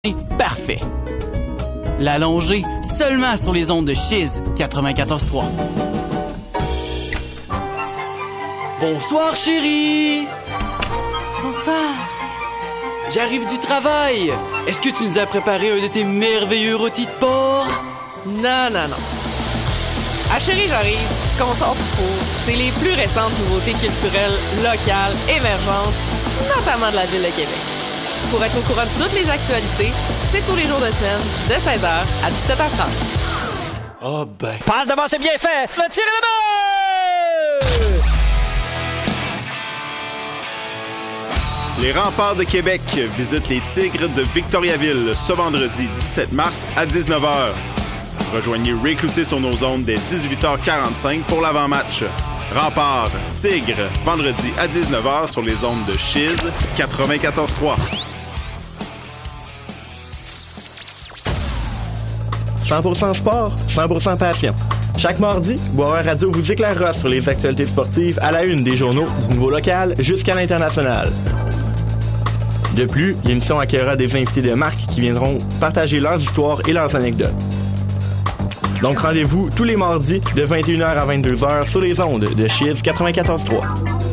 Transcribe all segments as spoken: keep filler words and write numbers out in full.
Parfait. La longée seulement sur les ondes de Chiz quatre-vingt-quatorze trois. Bonsoir chérie. Bonsoir. J'arrive du travail. Est-ce que tu nous as préparé un de tes merveilleux rôtis de porc? Non, non, non. Ah chérie, j'arrive. Ce qu'on sort du four, c'est les plus récentes nouveautés culturelles, locales, émergentes, notamment de la ville de Québec. Pour être au courant de toutes les actualités, c'est tous les jours de semaine, de seize heures à dix-sept heures trente. Oh ben. Passe devant, c'est bien fait. Le tir est le but! Les Remparts de Québec visitent les Tigres de Victoriaville ce vendredi dix-sept mars à dix-neuf heures. Rejoignez Ray Cloutier sur nos ondes dès dix-huit heures quarante-cinq pour l'avant-match. Remparts, Tigres, vendredi à dix-neuf heures sur les ondes de Chiz quatre-vingt-quatorze trois. cent pour cent sport, cent pour cent passion. Chaque mardi, Boisvert Radio vous éclairera sur les actualités sportives à la une des journaux du niveau local jusqu'à l'international. De plus, l'émission accueillera des invités de marque qui viendront partager leurs histoires et leurs anecdotes. Donc rendez-vous tous les mardis de vingt et une heures à vingt-deux heures sur les ondes de Chiz quatre-vingt-quatorze trois.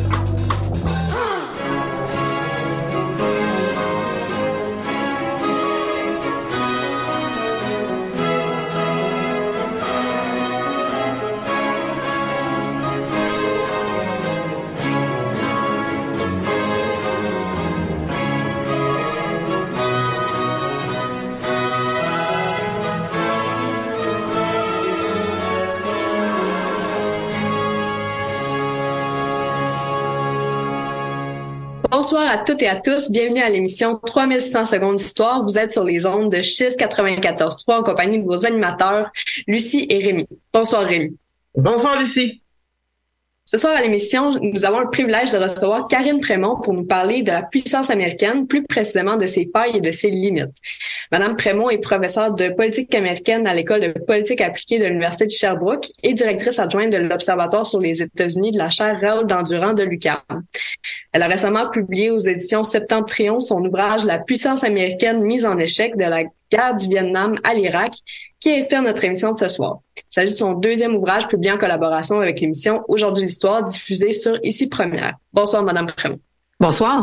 Bonsoir à toutes et à tous. Bienvenue à l'émission trois mille six cents secondes d'histoire. Vous êtes sur les ondes de Chiz quatre-vingt-quatorze trois en compagnie de vos animateurs, Lucie et Rémi. Bonsoir Rémi. Bonsoir Lucie. Ce soir à l'émission, nous avons le privilège de recevoir Karine Prémont pour nous parler de la puissance américaine, plus précisément de ses failles et de ses limites. Madame Prémont est professeure de politique américaine à l'École de politique appliquée de l'Université de Sherbrooke et directrice adjointe de l'Observatoire sur les États-Unis de la chaire Raoul Dandurand de l'U Q A M. Elle a récemment publié aux éditions Septentrion son ouvrage « La puissance américaine mise en échec de la guerre du Vietnam à l'Irak » qui inspire notre émission de ce soir. Il s'agit de son deuxième ouvrage publié en collaboration avec l'émission Aujourd'hui l'Histoire diffusée sur Ici Première. Bonsoir Madame Prémont. Bonsoir.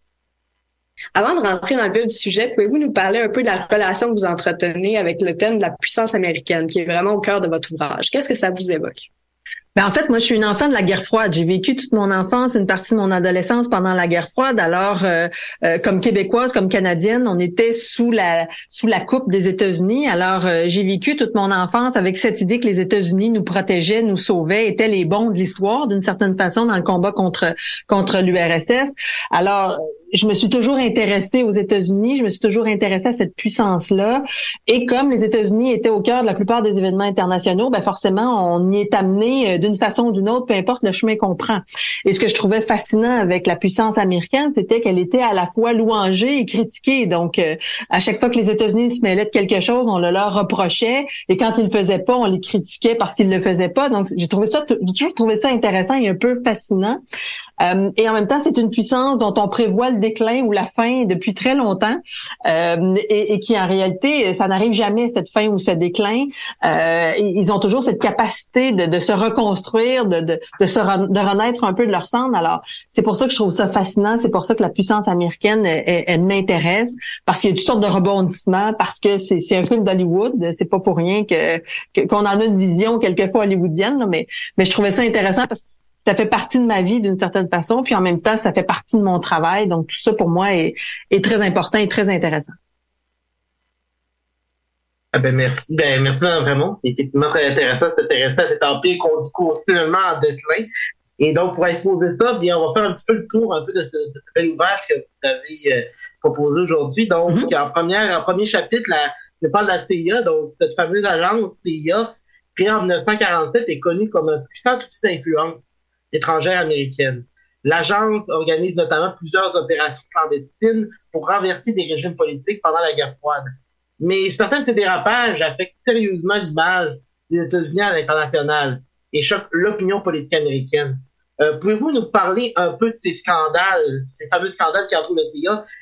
Avant de rentrer dans le vif du sujet, pouvez-vous nous parler un peu de la relation que vous entretenez avec le thème de la puissance américaine qui est vraiment au cœur de votre ouvrage? Qu'est-ce que ça vous évoque? Ben en fait, moi, je suis une enfant de la guerre froide. J'ai vécu toute mon enfance, une partie de mon adolescence pendant la guerre froide. Alors, euh, euh, comme Québécoise, comme Canadienne, on était sous la sous la coupe des États-Unis. Alors, euh, j'ai vécu toute mon enfance avec cette idée que les États-Unis nous protégeaient, nous sauvaient, étaient les bons de l'histoire, d'une certaine façon, dans le combat contre contre l'U R S S. Alors, je me suis toujours intéressée aux États-Unis, je me suis toujours intéressée à cette puissance-là. Et comme les États-Unis étaient au cœur de la plupart des événements internationaux, ben forcément, on y est amené d'une façon ou d'une autre, peu importe le chemin qu'on prend. Et ce que je trouvais fascinant avec la puissance américaine, c'était qu'elle était à la fois louangée et critiquée. Donc, euh, à chaque fois que les États-Unis se mêlaient de quelque chose, on le leur reprochait. Et quand ils le faisaient pas, on les critiquait parce qu'ils le faisaient pas. Donc, j'ai trouvé ça, j'ai toujours trouvé ça intéressant et un peu fascinant. Euh, et en même temps, c'est une puissance dont on prévoit le déclin ou la fin depuis très longtemps, euh, et, et qui en réalité, ça n'arrive jamais cette fin ou ce déclin. Euh, ils ont toujours cette capacité de, de se reconstruire, de, de, de se re, de renaître un peu de leur cendre. Alors, c'est pour ça que je trouve ça fascinant. C'est pour ça que la puissance américaine, elle, elle m'intéresse, parce qu'il y a toutes sortes de rebondissements, parce que c'est, c'est un film d'Hollywood. C'est pas pour rien que, que qu'on en a une vision quelquefois hollywoodienne, là, mais mais je trouvais ça intéressant parce que ça fait partie de ma vie d'une certaine façon, puis en même temps, ça fait partie de mon travail. Donc, tout ça, pour moi, est, est très important et très intéressant. Ah ben merci. Ben merci, Mme Prémont. C'est effectivement très intéressant, c'est intéressant, cet empire qu'on dit continuellement en déclin. Et donc, pour exposer ça, bien, on va faire un petit peu le tour un peu de ce, de ce bel ouvrage que vous avez euh, proposé aujourd'hui. Donc, mm-hmm. en première, en premier chapitre, la, je parle de la C I A, donc cette fameuse agence C I A, créée en dix-neuf cent quarante-sept, est connue comme un puissant outil d'influence étrangère américaine. L'agence organise notamment plusieurs opérations clandestines pour renverser des régimes politiques pendant la guerre froide. Mais certains de ces dérapages affectent sérieusement l'image des États-Unis à l'international et choquent l'opinion politique américaine. Euh, pouvez-vous nous parler un peu de ces scandales, ces fameux scandales qui entourent le C I A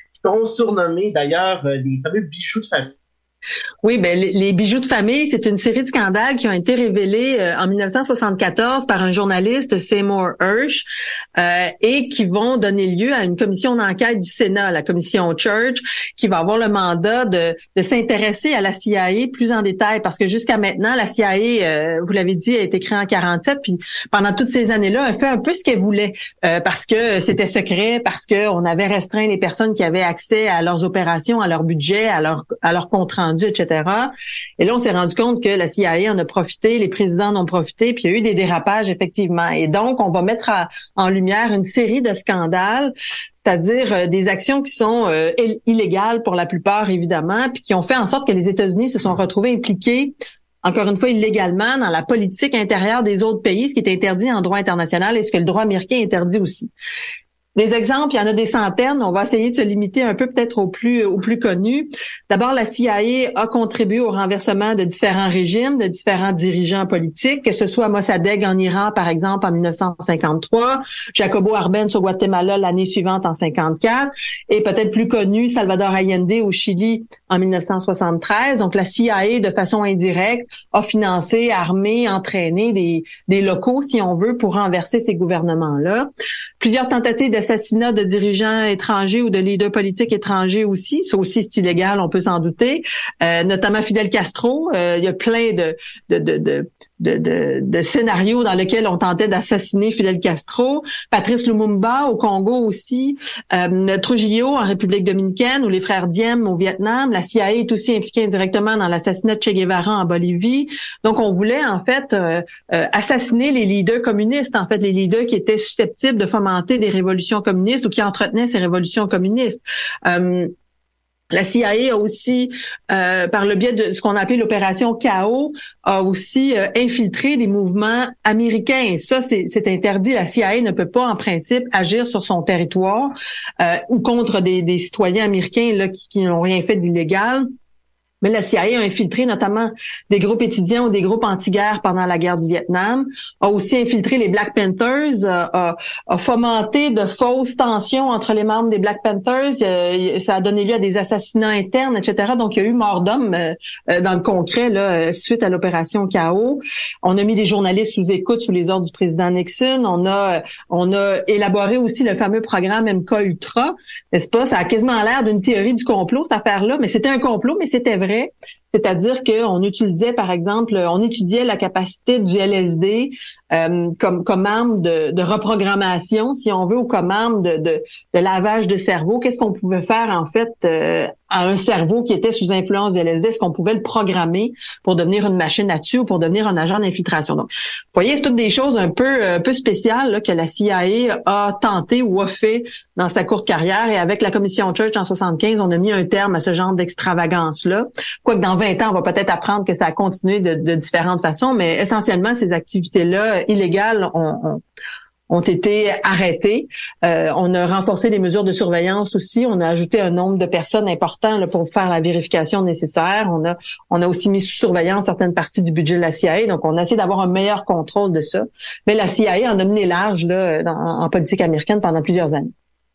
qui seront surnommés d'ailleurs euh, les fameux bijoux de famille. Oui, ben les, les bijoux de famille, c'est une série de scandales qui ont été révélés euh, en dix-neuf cent soixante-quatorze par un journaliste, Seymour Hersh, euh, et qui vont donner lieu à une commission d'enquête du Sénat, la commission Church, qui va avoir le mandat de, de s'intéresser à la C I A plus en détail, parce que jusqu'à maintenant, la C I A, euh, vous l'avez dit, a été créée en quarante-sept, puis pendant toutes ces années-là, elle fait un peu ce qu'elle voulait, euh, parce que c'était secret, parce que on avait restreint les personnes qui avaient accès à leurs opérations, à leur budget, à leur à leur compte rendu, et cetera. Et là, on s'est rendu compte que la C I A en a profité, les présidents en ont profité, puis il y a eu des dérapages, effectivement. Et donc, on va mettre à, en lumière une série de scandales, c'est-à-dire euh, des actions qui sont euh, illégales pour la plupart, évidemment, puis qui ont fait en sorte que les États-Unis se sont retrouvés impliqués, encore une fois, illégalement, dans la politique intérieure des autres pays, ce qui est interdit en droit international et ce que le droit américain interdit aussi. Les exemples, il y en a des centaines. On va essayer de se limiter un peu peut-être au plus au plus connu. D'abord, la C I A a contribué au renversement de différents régimes, de différents dirigeants politiques, que ce soit Mossadegh en Iran, par exemple, en dix-neuf cent cinquante-trois, Jacobo Arbenz au Guatemala l'année suivante en cinquante-quatre, et peut-être plus connu, Salvador Allende au Chili en dix-neuf cent soixante-treize. Donc, la C I A, de façon indirecte, a financé, armé, entraîné des, des locaux, si on veut, pour renverser ces gouvernements-là. Plusieurs tentatives d'assassinat de dirigeants étrangers ou de leaders politiques étrangers aussi. Ça aussi, c'est illégal, on peut s'en douter. Euh, notamment Fidel Castro. Euh, il y a plein de, de, de, de, de, de, de scénarios dans lesquels on tentait d'assassiner Fidel Castro. Patrice Lumumba au Congo aussi. Euh, Trujillo en République dominicaine ou les frères Diem au Vietnam. La C I A est aussi impliquée indirectement dans l'assassinat de Che Guevara en Bolivie. Donc, on voulait en fait euh, euh, assassiner les leaders communistes, en fait, les leaders qui étaient susceptibles de fomenter des révolutions communistes ou qui entretenaient ces révolutions communistes. Euh, La C I A a aussi, euh, par le biais de ce qu'on a appelé l'opération Chaos, a aussi euh, infiltré des mouvements américains. Ça, c'est, c'est interdit. La C I A ne peut pas, en principe, agir sur son territoire euh, ou contre des, des citoyens américains là qui, qui n'ont rien fait d'illégal. Mais la C I A a infiltré notamment des groupes étudiants ou des groupes anti-guerre pendant la guerre du Vietnam, a aussi infiltré les Black Panthers, a, a fomenté de fausses tensions entre les membres des Black Panthers, euh, ça a donné lieu à des assassinats internes, et cetera. Donc, il y a eu mort d'hommes euh, dans le concret là, suite à l'opération Chaos. On a mis des journalistes sous écoute sous les ordres du président Nixon. On a on a élaboré aussi le fameux programme M K Ultra, n'est-ce pas? Ça a quasiment l'air d'une théorie du complot, cette affaire-là, mais c'était un complot, mais c'était vrai. C'est-à-dire qu'on utilisait, par exemple, on étudiait la capacité du L S D euh, comme comme arme de, de reprogrammation, si on veut, ou comme arme de, de, de lavage de cerveau. Qu'est-ce qu'on pouvait faire, en fait, euh, à un cerveau qui était sous influence du L S D? Est-ce qu'on pouvait le programmer pour devenir une machine à tuer ou pour devenir un agent d'infiltration? Donc, vous voyez, c'est toutes des choses un peu un peu spéciales là, que la C I A a tenté ou a fait dans sa courte carrière. Et avec la commission Church en soixante-quinze, on a mis un terme à ce genre d'extravagance-là. Quoique dans vingt ans, on va peut-être apprendre que ça a continué de, de différentes façons, mais essentiellement, ces activités-là illégales ont, ont, ont été arrêtées. Euh, on a renforcé les mesures de surveillance aussi. On a ajouté un nombre de personnes important là, pour faire la vérification nécessaire. On a, on a aussi mis sous surveillance certaines parties du budget de la C I A. Donc, on a essayé d'avoir un meilleur contrôle de ça. Mais la C I A en a mené large là, dans, en politique américaine pendant plusieurs années.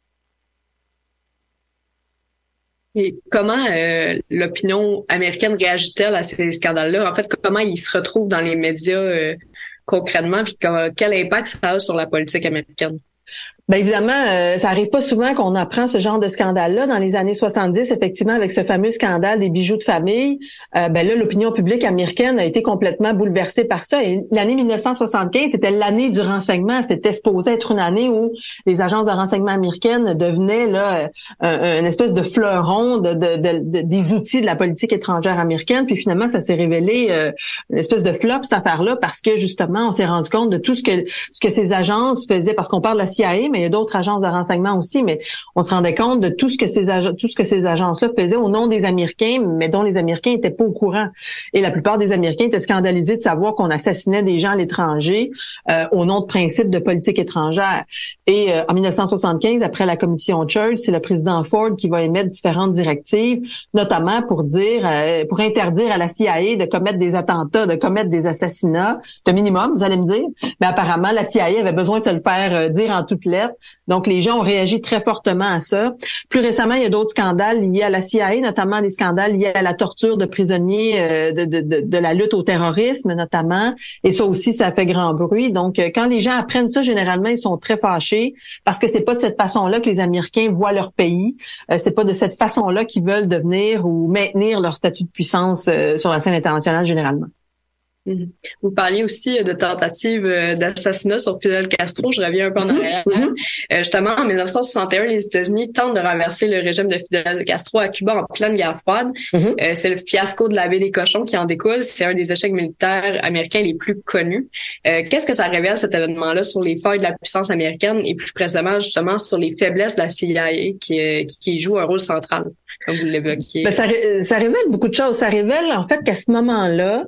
Et comment euh, l'opinion américaine réagit-elle à ces scandales-là? En fait, comment ils se retrouvent dans les médias euh, concrètement, puis quel impact ça a sur la politique américaine? Bien évidemment, euh, ça arrive pas souvent qu'on apprend ce genre de scandale-là. Dans les années soixante-dix, effectivement, avec ce fameux scandale des bijoux de famille, euh, ben là, l'opinion publique américaine a été complètement bouleversée par ça. Et l'année dix-neuf cent soixante-quinze, c'était l'année du renseignement. C'était supposé être une année où les agences de renseignement américaines devenaient là euh, une espèce de fleuron de, de, de, de, des outils de la politique étrangère américaine. Puis finalement, ça s'est révélé euh, une espèce de flop, cette affaire-là, parce que justement, on s'est rendu compte de tout ce que ce que ces agences faisaient, parce qu'on parle de la C I A, mais il y a d'autres agences de renseignement aussi, mais on se rendait compte de tout ce que ces ag- tout ce que ces agences-là faisaient au nom des Américains, mais dont les Américains étaient pas au courant. Et la plupart des Américains étaient scandalisés de savoir qu'on assassinait des gens à l'étranger euh, au nom de principes de politique étrangère. Et euh, en dix-neuf cent soixante-quinze, après la commission Church, c'est le président Ford qui va émettre différentes directives, notamment pour dire, euh, pour interdire à la C I A de commettre des attentats, de commettre des assassinats, de minimum, vous allez me dire. Mais apparemment, la C I A avait besoin de se le faire euh, dire en toutes lettres. fait. Donc, les gens ont réagi très fortement à ça. Plus récemment, il y a d'autres scandales liés à la C I A, notamment des scandales liés à la torture de prisonniers euh, de, de, de, de la lutte au terrorisme, notamment. Et ça aussi, ça fait grand bruit. Donc, quand les gens apprennent ça, généralement, ils sont très fâchés parce que c'est pas de cette façon-là que les Américains voient leur pays. Euh, c'est pas de cette façon-là qu'ils veulent devenir ou maintenir leur statut de puissance euh, sur la scène internationale, généralement. Mm-hmm. Vous parliez aussi de tentatives d'assassinat sur Fidel Castro. Je reviens un peu en arrière. Mm-hmm. Euh, justement, en dix-neuf cent soixante et un, les États-Unis tentent de renverser le régime de Fidel Castro à Cuba en pleine guerre froide. Mm-hmm. Euh, c'est le fiasco de la baie des Cochons qui en découle. C'est un des échecs militaires américains les plus connus. Euh, qu'est-ce que ça révèle, cet événement-là, sur les failles de la puissance américaine et plus précisément, justement, sur les faiblesses de la C I A qui, qui joue un rôle central, comme vous l'évoquiez? Ben, ça, ça révèle beaucoup de choses. Ça révèle, en fait, qu'à ce moment-là,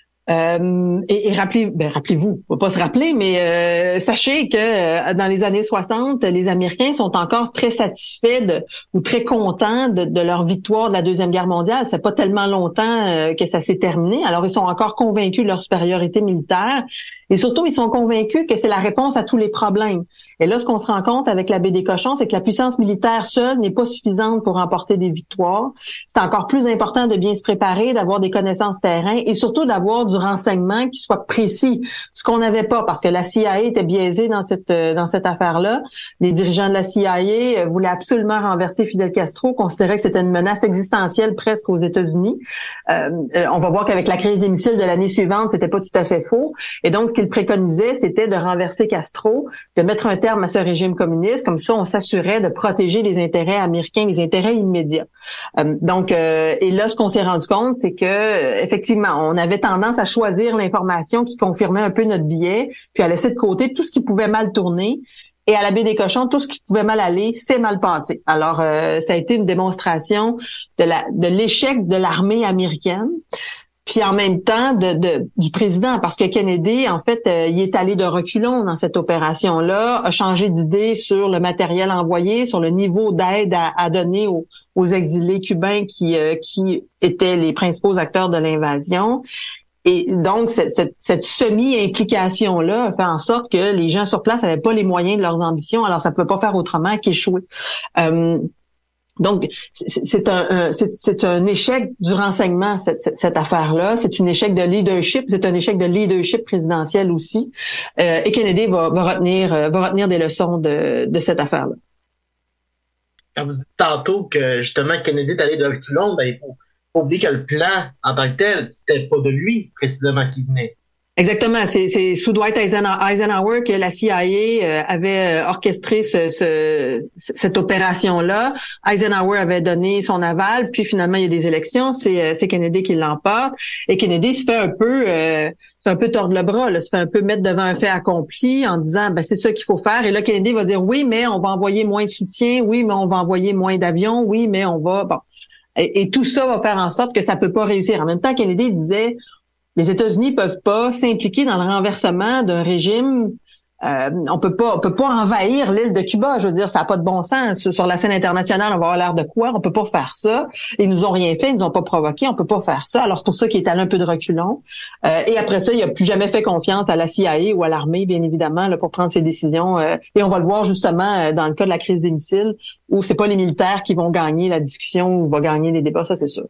Euh, et, et rappelez, ben rappelez-vous, faut pas se rappeler, mais euh, sachez que euh, dans les années soixante, les Américains sont encore très satisfaits de, ou très contents de, de leur victoire de la Deuxième Guerre mondiale. Ça fait pas tellement longtemps euh, que ça s'est terminé. Alors ils sont encore convaincus de leur supériorité militaire. Et surtout, ils sont convaincus que c'est la réponse à tous les problèmes. Et là, ce qu'on se rend compte avec la baie des Cochons, c'est que la puissance militaire seule n'est pas suffisante pour remporter des victoires. C'est encore plus important de bien se préparer, d'avoir des connaissances terrain et surtout d'avoir du renseignement qui soit précis. Ce qu'on n'avait pas, parce que la C I A était biaisée dans cette dans cette affaire-là. Les dirigeants de la C I A voulaient absolument renverser Fidel Castro, considéraient que c'était une menace existentielle presque aux États-Unis. Euh, on va voir qu'avec la crise des missiles de l'année suivante, c'était pas tout à fait faux. Et donc, ce qu'il préconisait, c'était de renverser Castro, de mettre un terme à ce régime communiste. Comme ça, on s'assurait de protéger les intérêts américains, les intérêts immédiats. Euh, donc, euh, et là, ce qu'on s'est rendu compte, c'est que euh, effectivement, on avait tendance à choisir l'information qui confirmait un peu notre biais, puis à laisser de côté tout ce qui pouvait mal tourner. Et à la baie des Cochons, tout ce qui pouvait mal aller, c'est mal passé. Alors, euh, ça a été une démonstration de la de l'échec de l'armée américaine. Puis en même temps de, de du président, parce que Kennedy, en fait, euh, il est allé de reculons dans cette opération-là, a changé d'idée sur le matériel envoyé, sur le niveau d'aide à, à donner aux, aux exilés cubains qui euh, qui étaient les principaux acteurs de l'invasion. Et donc, cette, cette, cette semi-implication-là a fait en sorte que les gens sur place n'avaient pas les moyens de leurs ambitions, alors ça ne pouvait pas faire autrement qu'échouer. Euh, Donc, c'est un, c'est, c'est un échec du renseignement, cette, cette, cette affaire-là. C'est un échec de leadership. C'est un échec de leadership présidentiel aussi. Euh, et Kennedy va, va retenir, va retenir des leçons de, de cette affaire-là. Quand vous dites tantôt que justement Kennedy est allé de reculons, ben il faut, faut oublier que le plan en tant que tel, c'était pas de lui précisément qui venait. Exactement, c'est, c'est sous Dwight Eisenhower que la C I A avait orchestré ce, ce, cette opération-là. Eisenhower avait donné son aval, puis finalement il y a des élections, c'est, c'est Kennedy qui l'emporte. Et Kennedy se fait un peu, euh, se fait un peu tordre le bras, là, se fait un peu mettre devant un fait accompli en disant, ben c'est ça qu'il faut faire. Et là Kennedy va dire, oui, mais on va envoyer moins de soutien, oui, mais on va envoyer moins d'avions, oui, mais on va, bon. Et, et tout ça va faire en sorte que ça peut pas réussir. En même temps, Kennedy disait, les États-Unis peuvent pas s'impliquer dans le renversement d'un régime. Euh, on peut pas, on peut pas envahir l'île de Cuba. Je veux dire, ça n'a pas de bon sens. Sur, sur la scène internationale, on va avoir l'air de quoi? On peut pas faire ça. Ils nous ont rien fait, ils nous ont pas provoqué. On peut pas faire ça. Alors c'est pour ça qu'il est allé un peu de reculons. Euh, et après ça, il a plus jamais fait confiance à la C I A ou à l'armée, bien évidemment, là, pour prendre ses décisions. Euh, et on va le voir justement dans le cas de la crise des missiles, où c'est pas les militaires qui vont gagner la discussion ou vont gagner les débats. Ça, c'est sûr.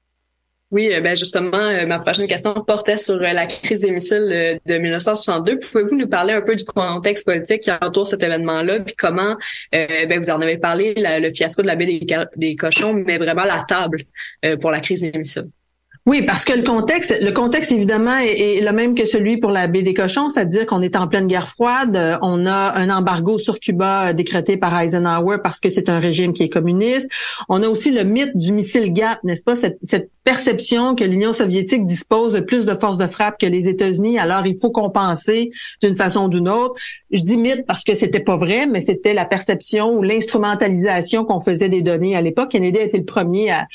Oui, ben justement, ma prochaine question portait sur la crise des missiles de dix-neuf cent soixante-deux. Pouvez-vous nous parler un peu du contexte politique qui entoure cet événement-là, puis comment, euh, ben vous en avez parlé, la, le fiasco de la baie des, des Cochons, mais vraiment la table euh, pour la crise des missiles? Oui, parce que le contexte, le contexte évidemment est, est le même que celui pour la baie des Cochons, c'est-à-dire qu'on est en pleine guerre froide, on a un embargo sur Cuba décrété par Eisenhower parce que c'est un régime qui est communiste. On a aussi le mythe du missile G A T, n'est-ce pas, cette, cette perception que l'Union soviétique dispose de plus de force de frappe que les États-Unis, alors il faut compenser d'une façon ou d'une autre. Je dis mythe parce que c'était pas vrai, mais c'était la perception ou l'instrumentalisation qu'on faisait des données à l'époque. Kennedy a été le premier à,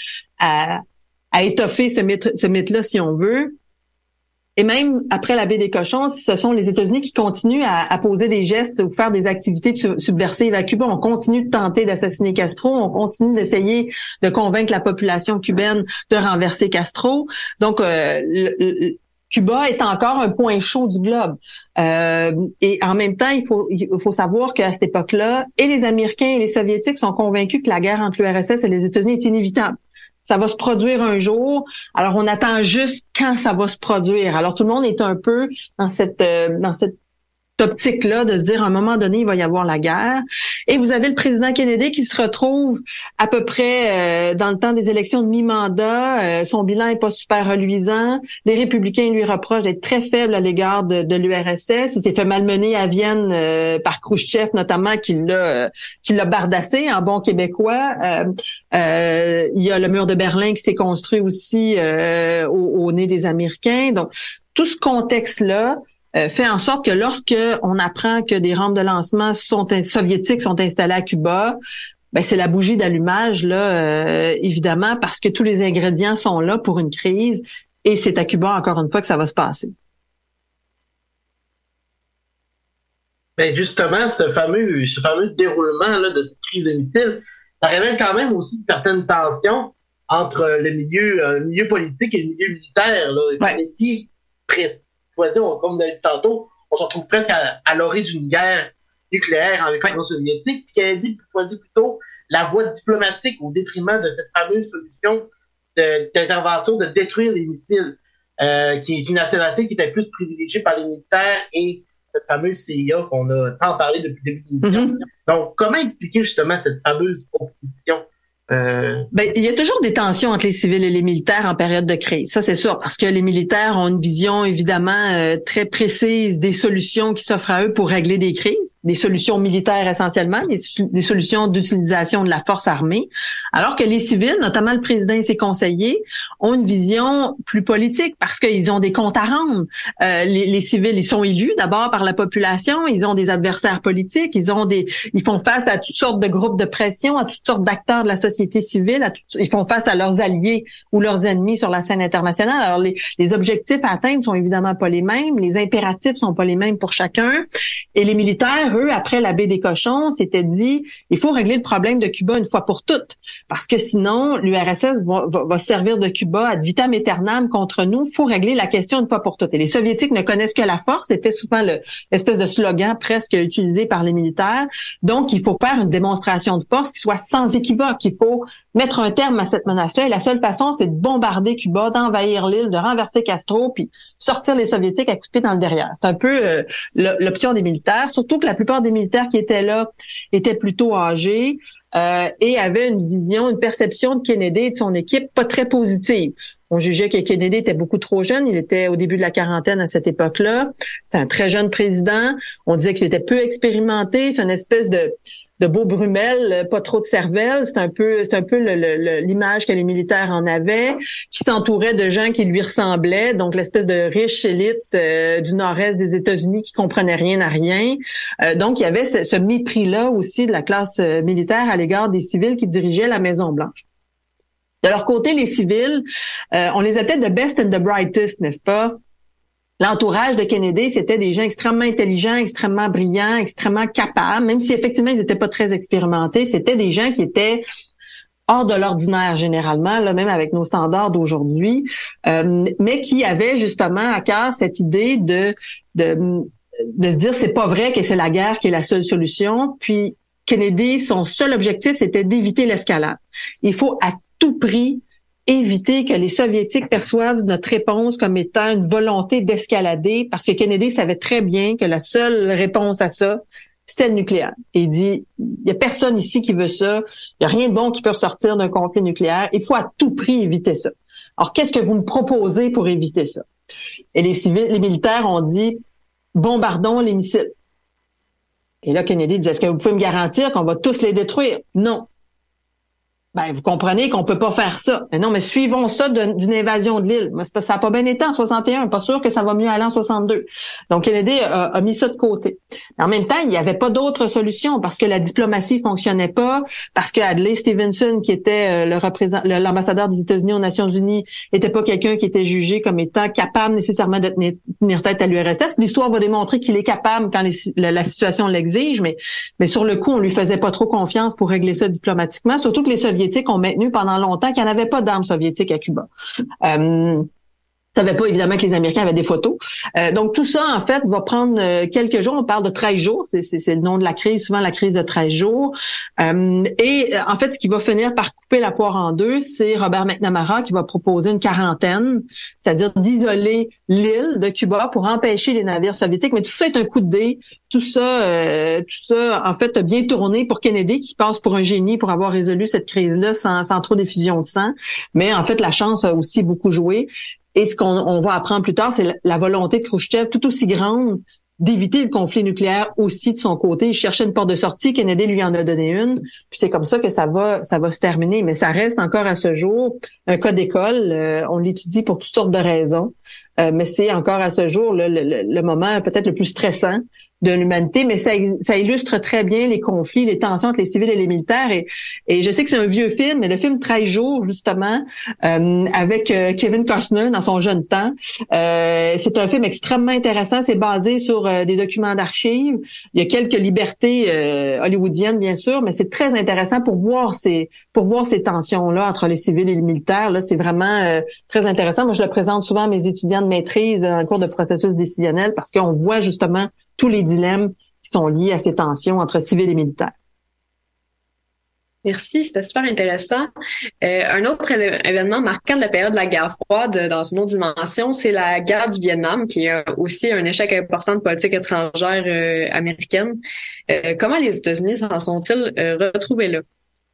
à à étoffer ce mythe, ce mythe-là, si on veut. Et même après la baie des Cochons, ce sont les États-Unis qui continuent à, à poser des gestes ou faire des activités subversives à Cuba. On continue de tenter d'assassiner Castro, on continue d'essayer de convaincre la population cubaine de renverser Castro. Donc, euh, le, Cuba est encore un point chaud du globe. Euh, et en même temps, il faut, il faut savoir qu'à cette époque-là, et les Américains et les Soviétiques sont convaincus que la guerre entre l'U R S S et les États-Unis est inévitable. Ça va se produire un jour. Alors, on attend juste quand ça va se produire. Alors, tout le monde est un peu dans cette, euh, dans cette optique-là de se dire à un moment donné, il va y avoir la guerre. Et vous avez le président Kennedy qui se retrouve à peu près euh, dans le temps des élections de mi-mandat. Euh, son bilan est pas super reluisant. Les républicains lui reprochent d'être très faible à l'égard de, de l'U R S S. Il s'est fait malmener à Vienne euh, par Khrouchtchev, notamment, qui l'a, euh, qui l'a bardassé en bon québécois. Euh, euh, il y a le mur de Berlin qui s'est construit aussi euh, au, au nez des Américains. Donc, tout ce contexte-là Euh, fait en sorte que lorsque on apprend que des rampes de lancement sont soviétiques sont installées à Cuba, ben c'est la bougie d'allumage là, euh, évidemment, parce que tous les ingrédients sont là pour une crise, et c'est à Cuba encore une fois que ça va se passer. Ben justement, ce fameux, ce fameux déroulement là de cette crise de missiles, ça révèle quand même aussi certaines tensions entre le milieu, euh, le milieu politique et le milieu militaire là. Ouais. Qui prête comme on a dit tantôt, on se retrouve presque à, à l'orée d'une guerre nucléaire avec l'Union soviétique, puis Kennedy choisit plutôt la voie diplomatique au détriment de cette fameuse solution de, d'intervention de détruire les missiles, euh, qui est une alternative qui était plus privilégiée par les militaires et cette fameuse C I A qu'on a tant parlé depuis le début de l'émission. Mm-hmm. Donc, comment expliquer justement cette fameuse opposition? Euh... Ben, il y a toujours des tensions entre les civils et les militaires en période de crise. Ça, c'est sûr, parce que les militaires ont une vision, évidemment, euh, très précise des solutions qui s'offrent à eux pour régler des crises, des solutions militaires essentiellement, des, des solutions d'utilisation de la force armée, alors que les civils, notamment le président et ses conseillers, ont une vision plus politique parce qu'ils ont des comptes à rendre. Euh, les, les civils, ils sont élus d'abord par la population, ils ont des adversaires politiques, ils ont des, ils font face à toutes sortes de groupes de pression, à toutes sortes d'acteurs de la société civile, à tout, ils font face à leurs alliés ou leurs ennemis sur la scène internationale. Alors, les, les objectifs à atteindre sont évidemment pas les mêmes, les impératifs sont pas les mêmes pour chacun, et les militaires, eux, après la baie des cochons, s'étaient dit, il faut régler le problème de Cuba une fois pour toutes, parce que sinon, l'U R S S va, va, va servir de Cuba ad vitam aeternam contre nous, il faut régler la question une fois pour toutes. Et les Soviétiques ne connaissent que la force, c'était souvent le, l'espèce de slogan presque utilisé par les militaires, donc il faut faire une démonstration de force qui soit sans équivoque, il faut mettre un terme à cette menace-là, et la seule façon, c'est de bombarder Cuba, d'envahir l'île, de renverser Castro, puis sortir les Soviétiques à couper dans le derrière. C'est un peu euh, l'option des militaires, surtout que la plupart des militaires qui étaient là étaient plutôt âgés euh, et avaient une vision, une perception de Kennedy et de son équipe pas très positive. On jugeait que Kennedy était beaucoup trop jeune. Il était au début de la quarantaine à cette époque-là. C'était un très jeune président. On disait qu'il était peu expérimenté. C'est une espèce de de beau Brumel, pas trop de cervelle. C'est un peu, c'est un peu le, le, l'image que les militaires en avaient, qui s'entouraient de gens qui lui ressemblaient, donc l'espèce de riche élite euh, du nord-est des États-Unis qui comprenaient rien à rien. Euh, donc il y avait ce, ce mépris-là aussi de la classe euh, militaire à l'égard des civils qui dirigeaient la Maison-Blanche. De leur côté, les civils, euh, on les appelait the best and the brightest, n'est-ce pas? L'entourage de Kennedy, c'était des gens extrêmement intelligents, extrêmement brillants, extrêmement capables, même si effectivement ils n'étaient pas très expérimentés, c'était des gens qui étaient hors de l'ordinaire généralement, là, même avec nos standards d'aujourd'hui, euh, mais qui avaient justement à cœur cette idée de, de, de se dire c'est pas vrai que c'est la guerre qui est la seule solution. Puis Kennedy, son seul objectif, c'était d'éviter l'escalade. Il faut à tout prix éviter que les Soviétiques perçoivent notre réponse comme étant une volonté d'escalader, parce que Kennedy savait très bien que la seule réponse à ça, c'était le nucléaire. Et il dit, il y a personne ici qui veut ça, il y a rien de bon qui peut ressortir d'un conflit nucléaire, il faut à tout prix éviter ça. Alors, qu'est-ce que vous me proposez pour éviter ça? Et les civils, les militaires ont dit, bombardons les missiles. Et là, Kennedy dit, est-ce que vous pouvez me garantir qu'on va tous les détruire? Non. Ben, vous comprenez qu'on peut pas faire ça. Mais non, mais suivons ça d'une invasion de l'île. Ça n'a pas bien été en soixante et un. Pas sûr que ça va mieux aller en soixante-deux. Donc, Kennedy a, a mis ça de côté. Mais en même temps, il n'y avait pas d'autre solution parce que la diplomatie fonctionnait pas, parce que Adlai Stevenson, qui était le représentant, l'ambassadeur des États-Unis aux Nations Unies, était pas quelqu'un qui était jugé comme étant capable nécessairement de tenir, tenir tête à l'U R S S. L'histoire va démontrer qu'il est capable quand les, la, la situation l'exige, mais, mais sur le coup, on lui faisait pas trop confiance pour régler ça diplomatiquement, surtout que les Soviétiques ont maintenu pendant longtemps qu'il n'y en avait pas d'armes soviétiques à Cuba. Euh, savaient pas évidemment que les Américains avaient des photos. Euh, donc tout ça, en fait, va prendre euh, quelques jours. On parle de treize jours, c'est, c'est, c'est le nom de la crise, souvent la crise de treize jours. Euh, et euh, en fait, ce qui va finir par couper la poire en deux, c'est Robert McNamara qui va proposer une quarantaine, c'est-à-dire d'isoler l'île de Cuba pour empêcher les navires soviétiques. Mais tout ça est un coup de dé. Tout ça, euh, tout ça, en fait, a bien tourné pour Kennedy, qui passe pour un génie pour avoir résolu cette crise-là sans, sans trop d'effusion de sang. Mais en fait, la chance a aussi beaucoup joué. Et ce qu'on on va apprendre plus tard, c'est la, la volonté de Khrouchtchev tout aussi grande d'éviter le conflit nucléaire aussi de son côté. Il cherchait une porte de sortie, Kennedy lui en a donné une, puis c'est comme ça que ça va ça va se terminer. Mais ça reste encore à ce jour un cas d'école. Euh, on l'étudie pour toutes sortes de raisons, euh, mais c'est encore à ce jour le, le, le moment peut-être le plus stressant de l'humanité, mais ça, ça illustre très bien les conflits, les tensions entre les civils et les militaires. Et, et je sais que c'est un vieux film, mais le film treize jours, justement, euh, avec euh, Kevin Costner dans son jeune temps. Euh, c'est un film extrêmement intéressant. C'est basé sur euh, des documents d'archives. Il y a quelques libertés euh, hollywoodiennes, bien sûr, mais c'est très intéressant pour voir ces pour voir ces tensions-là entre les civils et les militaires. Là, c'est vraiment euh, très intéressant. Moi, je le présente souvent à mes étudiants de maîtrise dans le cours de processus décisionnel parce qu'on voit justement tous les dilemmes qui sont liés à ces tensions entre civils et militaires. Merci, c'était super intéressant. Euh, un autre événement marquant de la période de la guerre froide dans une autre dimension, c'est la guerre du Vietnam, qui est aussi un échec important de politique étrangère euh, américaine. Euh, comment les États-Unis s'en sont-ils euh, retrouvés là?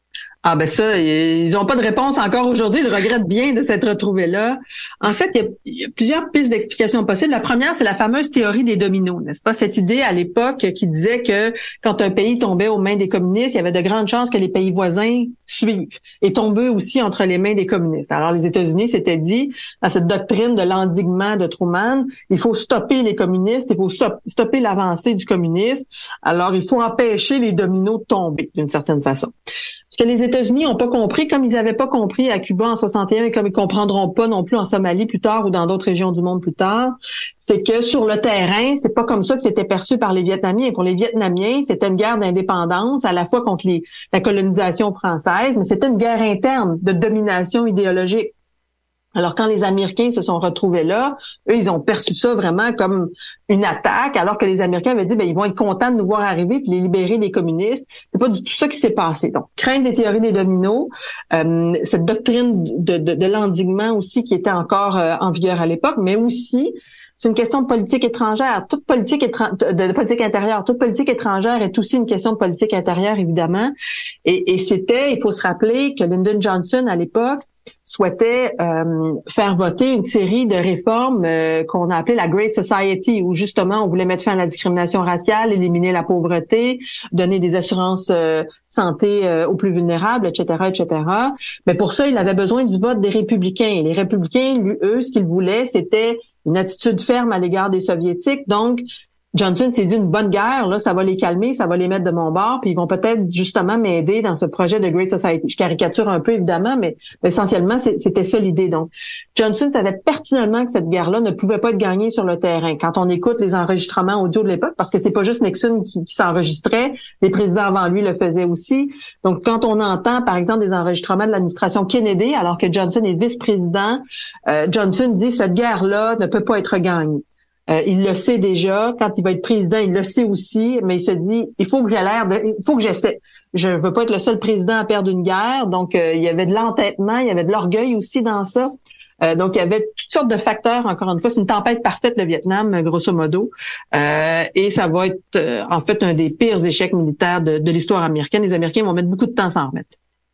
Ah ben ça, ils n'ont pas de réponse encore aujourd'hui. Ils regrettent bien de s'être retrouvés là. En fait, il y a, il y a plusieurs pistes d'explication possibles. La première, c'est la fameuse théorie des dominos, n'est-ce pas? Cette idée à l'époque qui disait que quand un pays tombait aux mains des communistes, il y avait de grandes chances que les pays voisins suivent et tombaient aussi entre les mains des communistes. Alors les États-Unis s'étaient dit, dans cette doctrine de l'endiguement de Truman, il faut stopper les communistes, il faut stopper l'avancée du communisme. Alors il faut empêcher les dominos de tomber d'une certaine façon. Ce que les États-Unis n'ont pas compris, comme ils n'avaient pas compris à Cuba en soixante et un et comme ils comprendront pas non plus en Somalie plus tard ou dans d'autres régions du monde plus tard, c'est que sur le terrain, c'est pas comme ça que c'était perçu par les Vietnamiens. Pour les Vietnamiens, c'était une guerre d'indépendance à la fois contre les, la colonisation française, mais c'était une guerre interne de domination idéologique. Alors, quand les Américains se sont retrouvés là, eux, ils ont perçu ça vraiment comme une attaque, alors que les Américains avaient dit, ben, ils vont être contents de nous voir arriver puis les libérer des communistes. C'est pas du tout ça qui s'est passé. Donc, crainte des théories des dominos, euh, cette doctrine de, de, de l'endiguement aussi qui était encore euh, en vigueur à l'époque, mais aussi, c'est une question de politique étrangère. Toute politique étran- de, de politique intérieure, toute politique étrangère est aussi une question de politique intérieure, évidemment. Et, et c'était, il faut se rappeler que Lyndon Johnson, à l'époque, souhaitait euh, faire voter une série de réformes euh, qu'on a appelées la Great Society, où justement on voulait mettre fin à la discrimination raciale, éliminer la pauvreté, donner des assurances euh, santé euh, aux plus vulnérables, et cetera, et cetera. Mais pour ça, il avait besoin du vote des républicains. Et les républicains, lui, eux, ce qu'ils voulaient, c'était une attitude ferme à l'égard des soviétiques. Donc, Johnson s'est dit une bonne guerre, là, ça va les calmer, ça va les mettre de mon bord, puis ils vont peut-être justement m'aider dans ce projet de Great Society. Je caricature un peu évidemment, mais, mais essentiellement c'était ça l'idée. Donc, Johnson savait pertinemment que cette guerre-là ne pouvait pas être gagnée sur le terrain. Quand on écoute les enregistrements audio de l'époque, parce que c'est pas juste Nixon qui, qui s'enregistrait, les présidents avant lui le faisaient aussi. Donc, quand on entend par exemple des enregistrements de l'administration Kennedy, alors que Johnson est vice-président, euh, Johnson dit cette guerre-là ne peut pas être gagnée. Euh, il le sait déjà. Quand il va être président, il le sait aussi, mais il se dit, il faut que j'ai l'air de, il faut que j'essaie. Je veux pas être le seul président à perdre une guerre. Donc, euh, il y avait de l'entêtement, il y avait de l'orgueil aussi dans ça. Euh, donc, il y avait toutes sortes de facteurs. Encore une fois, c'est une tempête parfaite, le Vietnam, grosso modo. Euh, et ça va être, euh, en fait, un des pires échecs militaires de, de l'histoire américaine. Les Américains vont mettre beaucoup de temps à s'en remettre.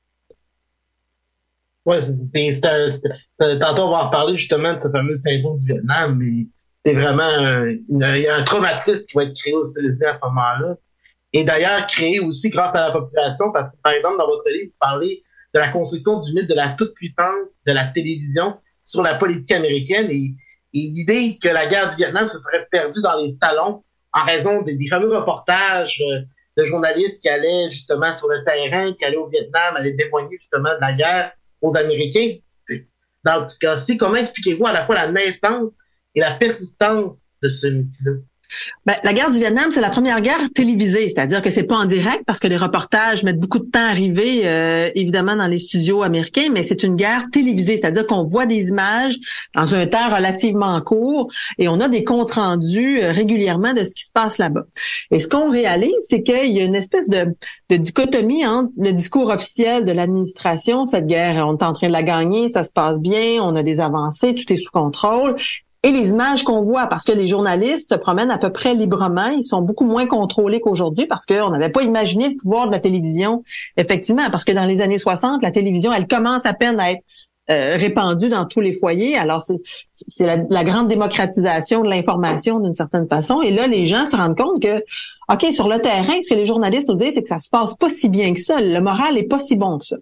Ouais, c'est, c'est, c'est un, c'est, tantôt, on va en reparler justement de ce fameux syndrome du Vietnam, mais c'est vraiment un, une, il y a un traumatisme qui va être créé aux États-Unis à ce moment-là. Et d'ailleurs, créé aussi grâce à la population, parce que, par exemple, dans votre livre, vous parlez de la construction du mythe de la toute-puissance de la télévision sur la politique américaine et, et l'idée que la guerre du Vietnam se serait perdue dans les talons en raison des, des fameux reportages de journalistes qui allaient justement sur le terrain, qui allaient au Vietnam, allaient témoigner justement de la guerre aux Américains. Dans ce cas-ci, comment expliquez-vous à la fois la naissance et la persistance de ce mythe-là? Ben, la guerre du Vietnam, c'est la première guerre télévisée, c'est-à-dire que c'est pas en direct parce que les reportages mettent beaucoup de temps à arriver, euh, évidemment, dans les studios américains, mais c'est une guerre télévisée, c'est-à-dire qu'on voit des images dans un temps relativement court et on a des comptes rendus euh, régulièrement de ce qui se passe là-bas. Et ce qu'on réalise, c'est qu'il y a une espèce de, de dichotomie entre le discours officiel de l'administration, cette guerre, on est en train de la gagner, ça se passe bien, on a des avancées, tout est sous contrôle, et les images qu'on voit, parce que les journalistes se promènent à peu près librement, ils sont beaucoup moins contrôlés qu'aujourd'hui parce qu'on n'avait pas imaginé le pouvoir de la télévision, effectivement, parce que dans les années soixante, la télévision, elle commence à peine à être euh, répandue dans tous les foyers. Alors, c'est, c'est la, la grande démocratisation de l'information d'une certaine façon. Et là, les gens se rendent compte que, OK, sur le terrain, ce que les journalistes nous disent, c'est que ça se passe pas si bien que ça. Le moral est pas si bon que ça.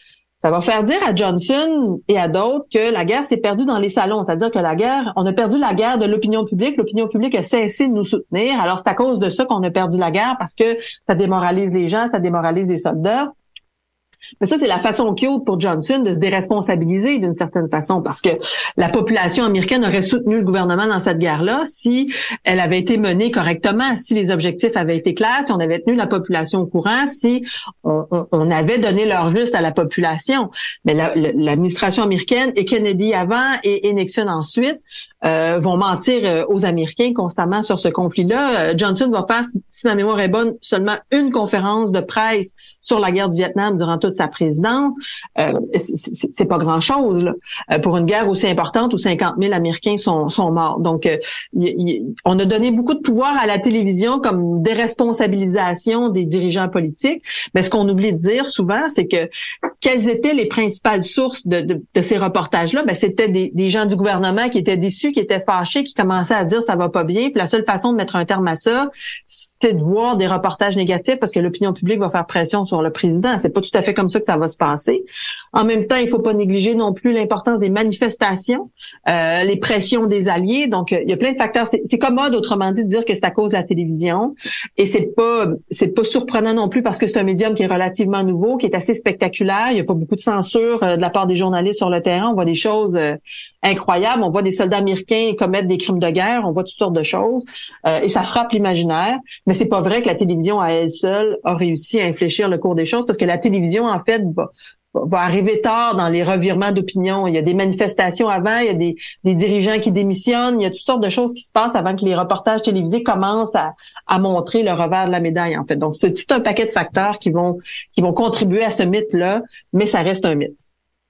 Ça va faire dire à Johnson et à d'autres que la guerre s'est perdue dans les salons. C'est-à-dire que la guerre, on a perdu la guerre de l'opinion publique. L'opinion publique a cessé de nous soutenir. Alors, c'est à cause de ça qu'on a perdu la guerre parce que ça démoralise les gens, ça démoralise les soldats. Mais ça, c'est la façon cute pour Johnson de se déresponsabiliser d'une certaine façon parce que la population américaine aurait soutenu le gouvernement dans cette guerre-là si elle avait été menée correctement, si les objectifs avaient été clairs, si on avait tenu la population au courant, si on, on, on avait donné l'heure juste à la population. Mais la, l'administration américaine et Kennedy avant et, et Nixon ensuite euh, vont mentir euh, aux Américains constamment sur ce conflit-là. Euh, Johnson va faire, si ma mémoire est bonne, seulement une conférence de presse sur la guerre du Vietnam durant toute sa présidence. Euh, c'est, c'est, c'est pas grand-chose là, euh, pour une guerre aussi importante où cinquante mille Américains sont, sont morts. Donc, euh, y, y, on a donné beaucoup de pouvoir à la télévision comme déresponsabilisation des dirigeants politiques. Mais ce qu'on oublie de dire souvent, c'est que quelles étaient les principales sources de, de, de ces reportages-là? Ben, c'était des, des gens du gouvernement qui étaient déçus, qui étaient fâchés, qui commençaient à dire ça va pas bien. Puis la seule façon de mettre un terme à ça, c'est de voir des reportages négatifs parce que l'opinion publique va faire pression sur le président. C'est pas tout à fait comme ça que ça va se passer. En même temps, il faut pas négliger non plus l'importance des manifestations, euh, les pressions des alliés. Donc, il y a plein de facteurs. C'est, c'est commode, autrement dit, de dire que c'est à cause de la télévision. Et c'est pas, c'est pas surprenant non plus parce que c'est un médium qui est relativement nouveau, qui est assez spectaculaire. Il y a pas beaucoup de censure euh, de la part des journalistes sur le terrain. On voit des choses euh, incroyables. On voit des soldats américains commettre des crimes de guerre. On voit toutes sortes de choses. Euh, et ça frappe l'imaginaire. Mais c'est pas vrai que la télévision à elle seule a réussi à infléchir le cours des choses parce que la télévision, en fait, va, va arriver tard dans les revirements d'opinion. Il y a des manifestations avant, il y a des, des dirigeants qui démissionnent, il y a toutes sortes de choses qui se passent avant que les reportages télévisés commencent à, à montrer le revers de la médaille, en fait. Donc, c'est tout un paquet de facteurs qui vont, qui vont contribuer à ce mythe-là, mais ça reste un mythe.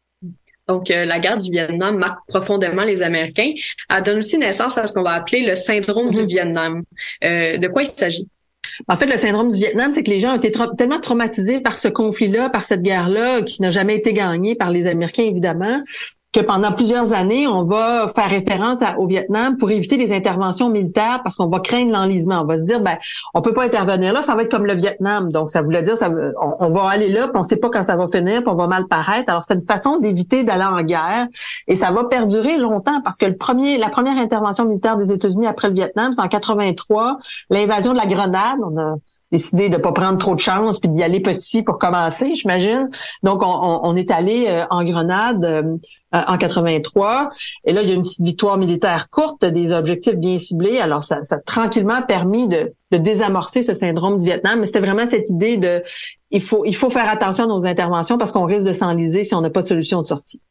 Donc, euh, la guerre du Vietnam marque profondément les Américains. Elle donne aussi naissance à ce qu'on va appeler le syndrome mm-hmm. du Vietnam. Euh, de quoi il s'agit? En fait, le syndrome du Vietnam, c'est que les gens ont été tra- tellement traumatisés par ce conflit-là, par cette guerre-là, qui n'a jamais été gagnée par les Américains, évidemment, que pendant plusieurs années, on va faire référence à, au Vietnam pour éviter les interventions militaires parce qu'on va craindre l'enlisement. On va se dire, ben, on peut pas intervenir là, ça va être comme le Vietnam. Donc, ça voulait dire, ça, on, on va aller là, puis on sait pas quand ça va finir, puis on va mal paraître. Alors, c'est une façon d'éviter d'aller en guerre et ça va perdurer longtemps parce que le premier, la première intervention militaire des États-Unis après le Vietnam, c'est en quatre-vingt-trois, l'invasion de la Grenade. On a décidé de pas prendre trop de chance puis d'y aller petit pour commencer, j'imagine. Donc, on, on, on est allé euh, en Grenade euh, en quatre-vingt-trois. Et là, il y a une petite victoire militaire courte, des objectifs bien ciblés. Alors, ça, ça a tranquillement permis de, de désamorcer ce syndrome du Vietnam. Mais c'était vraiment cette idée de il faut, il faut faire attention à nos interventions parce qu'on risque de s'enliser si on n'a pas de solution de sortie.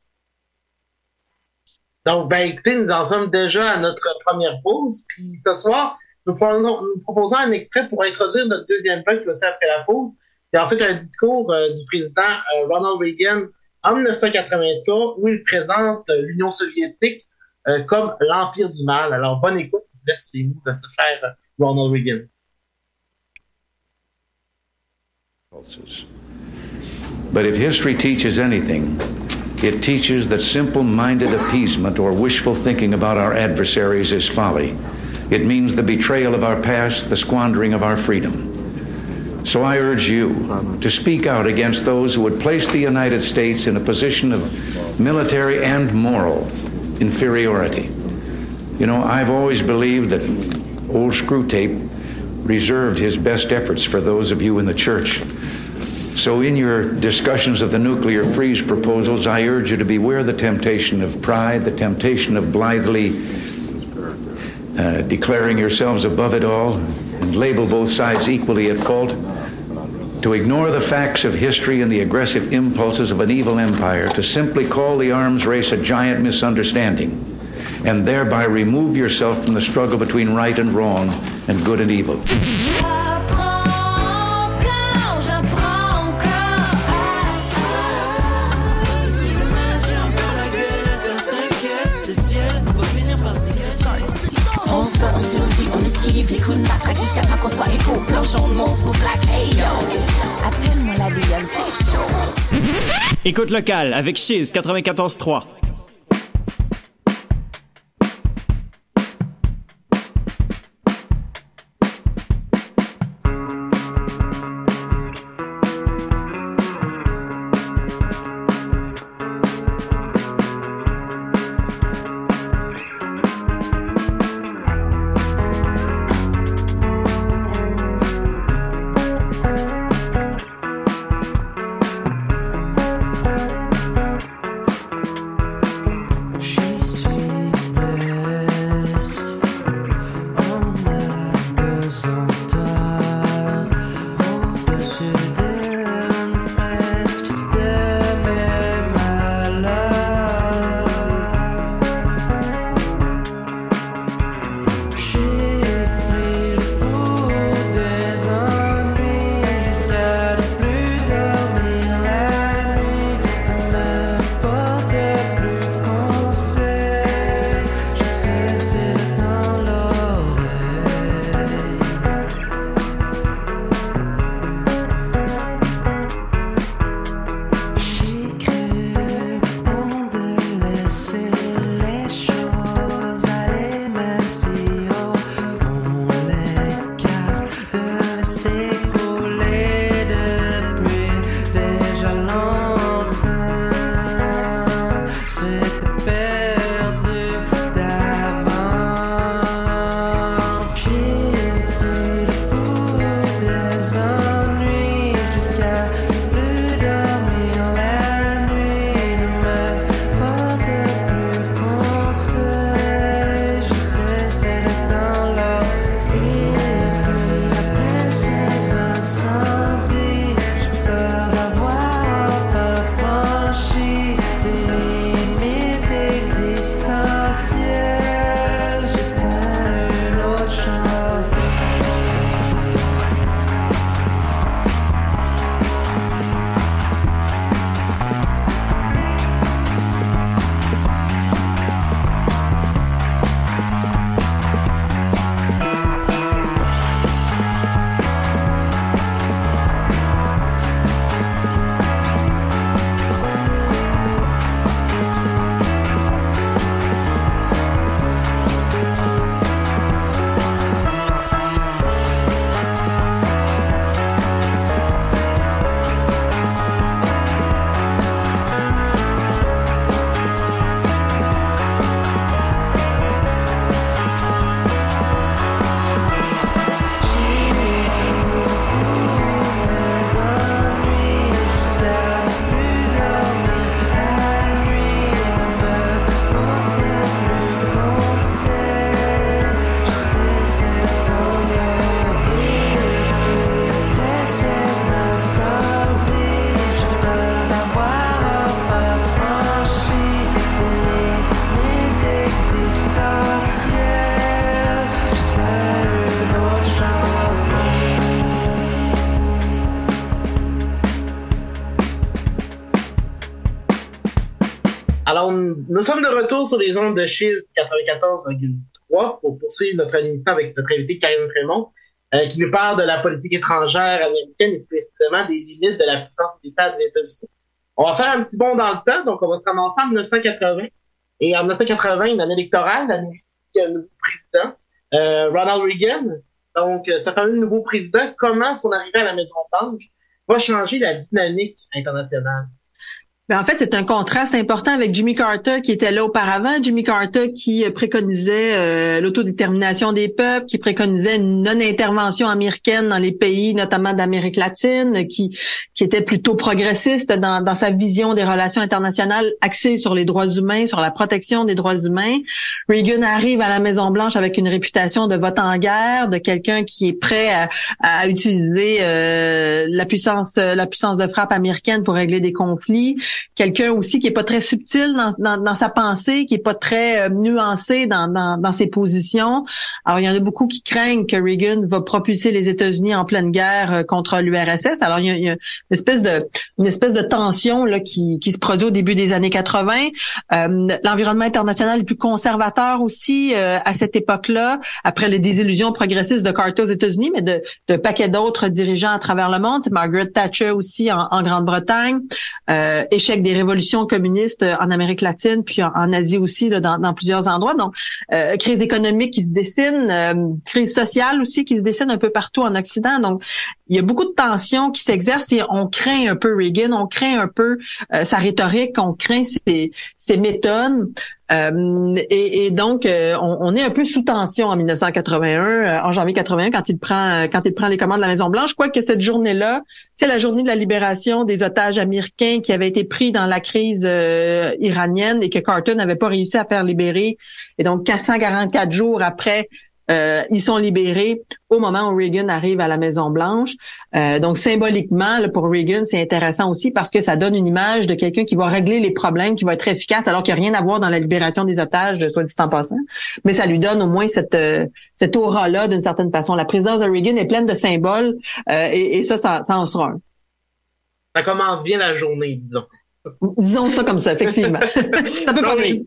Donc, ben, écoutez, nous en sommes déjà à notre première pause. Puis ce soir, Nous proposons, nous proposons un extrait pour introduire notre deuxième bloc qui va se faire après la pause. C'est en fait un discours euh, du président euh, Ronald Reagan en dix-neuf cent quatre-vingt-trois où il présente euh, l'Union soviétique euh, comme l'empire du mal. Alors, bonne écoute, je vous laisse les mots de ce cher Ronald Reagan. But if history teaches anything, it teaches that simple-minded appeasement or wishful thinking about our adversaries is folly. It means the betrayal of our past, the squandering of our freedom. So I urge you to speak out against those who would place the United States in a position of military and moral inferiority. You know, I've always believed that old Screwtape reserved his best efforts for those of you in the church. So in your discussions of the nuclear freeze proposals, I urge you to beware the temptation of pride, the temptation of blithely uh, declaring yourselves above it all and label both sides equally at fault, to ignore the facts of history and the aggressive impulses of an evil empire, to simply call the arms race a giant misunderstanding, and thereby remove yourself from the struggle between right and wrong and good and evil. On survit, on esquive les coups de matraque jusqu'à temps qu'on soit égaux. Plongeons de mauve ou black, hey yo. Appelle-moi la lionne, c'est chaud. Écoute locale avec Chiz quatre-vingt-quatorze trois. Alors, nous sommes de retour sur les ondes de Chiz quatre-vingt-quatorze virgule trois pour poursuivre notre émission avec notre invité Karine Prémont, euh, qui nous parle de la politique étrangère américaine et plus précisément des limites de la puissance militaire des États-Unis. On va faire un petit bond dans le temps, donc on va commencer en dix-neuf cent quatre-vingts. Et en dix-neuf cent quatre-vingts, une année électorale, l'Amérique a un nouveau président, euh, Ronald Reagan. Donc, ce fameux nouveau président, comment son arrivée à la Maison-Blanche va changer la dynamique internationale? Ben en fait, c'est un contraste important avec Jimmy Carter qui était là auparavant. Jimmy Carter qui préconisait euh, l'autodétermination des peuples, qui préconisait une non-intervention américaine dans les pays, notamment d'Amérique latine, qui qui était plutôt progressiste dans, dans sa vision des relations internationales axée sur les droits humains, sur la protection des droits humains. Reagan arrive à la Maison-Blanche avec une réputation de vote en guerre, de quelqu'un qui est prêt à, à utiliser euh, la puissance la puissance de frappe américaine pour régler des conflits. Quelqu'un aussi qui est pas très subtil dans, dans, dans sa pensée, qui est pas très euh, nuancé dans, dans, dans ses positions. Alors, il y en a beaucoup qui craignent que Reagan va propulser les États-Unis en pleine guerre euh, contre l'U R S S. Alors, il y a, il y a une espèce de une espèce de tension là qui, qui se produit au début des années quatre-vingt. Euh, l'environnement international est plus conservateur aussi euh, à cette époque-là, après les désillusions progressistes de Carter aux États-Unis, mais de, de paquets d'autres dirigeants à travers le monde. C'est Margaret Thatcher aussi en, en Grande-Bretagne. Euh, échec des révolutions communistes en Amérique latine, puis en, en Asie aussi, là, dans, dans plusieurs endroits. Donc, euh, crise économique qui se dessine, euh, crise sociale aussi qui se dessine un peu partout en Occident. Donc, il y a beaucoup de tensions qui s'exercent et on craint un peu Reagan, on craint un peu euh, sa rhétorique, on craint ses, ses méthodes. Euh, et, et donc, euh, on, on est un peu sous tension en dix-neuf cent quatre-vingt-un, euh, en janvier quatre-vingt-un, quand il prend quand il prend les commandes de la Maison-Blanche. Quoique cette journée-là, c'est la journée de la libération des otages américains qui avaient été pris dans la crise euh, iranienne et que Carter n'avait pas réussi à faire libérer. Et donc, quatre cent quarante-quatre jours après, Euh, ils sont libérés au moment où Reagan arrive à la Maison-Blanche. Euh, donc, symboliquement, là, pour Reagan, c'est intéressant aussi parce que ça donne une image de quelqu'un qui va régler les problèmes, qui va être efficace, alors qu'il n'y a rien à voir dans la libération des otages, soit dit en passant. Mais ça lui donne au moins cette euh, cette aura-là, d'une certaine façon. La présidence de Reagan est pleine de symboles euh, et, et ça, ça, ça en sera un. Ça commence bien la journée, disons. Disons ça comme ça, effectivement. Ça peut pas venir.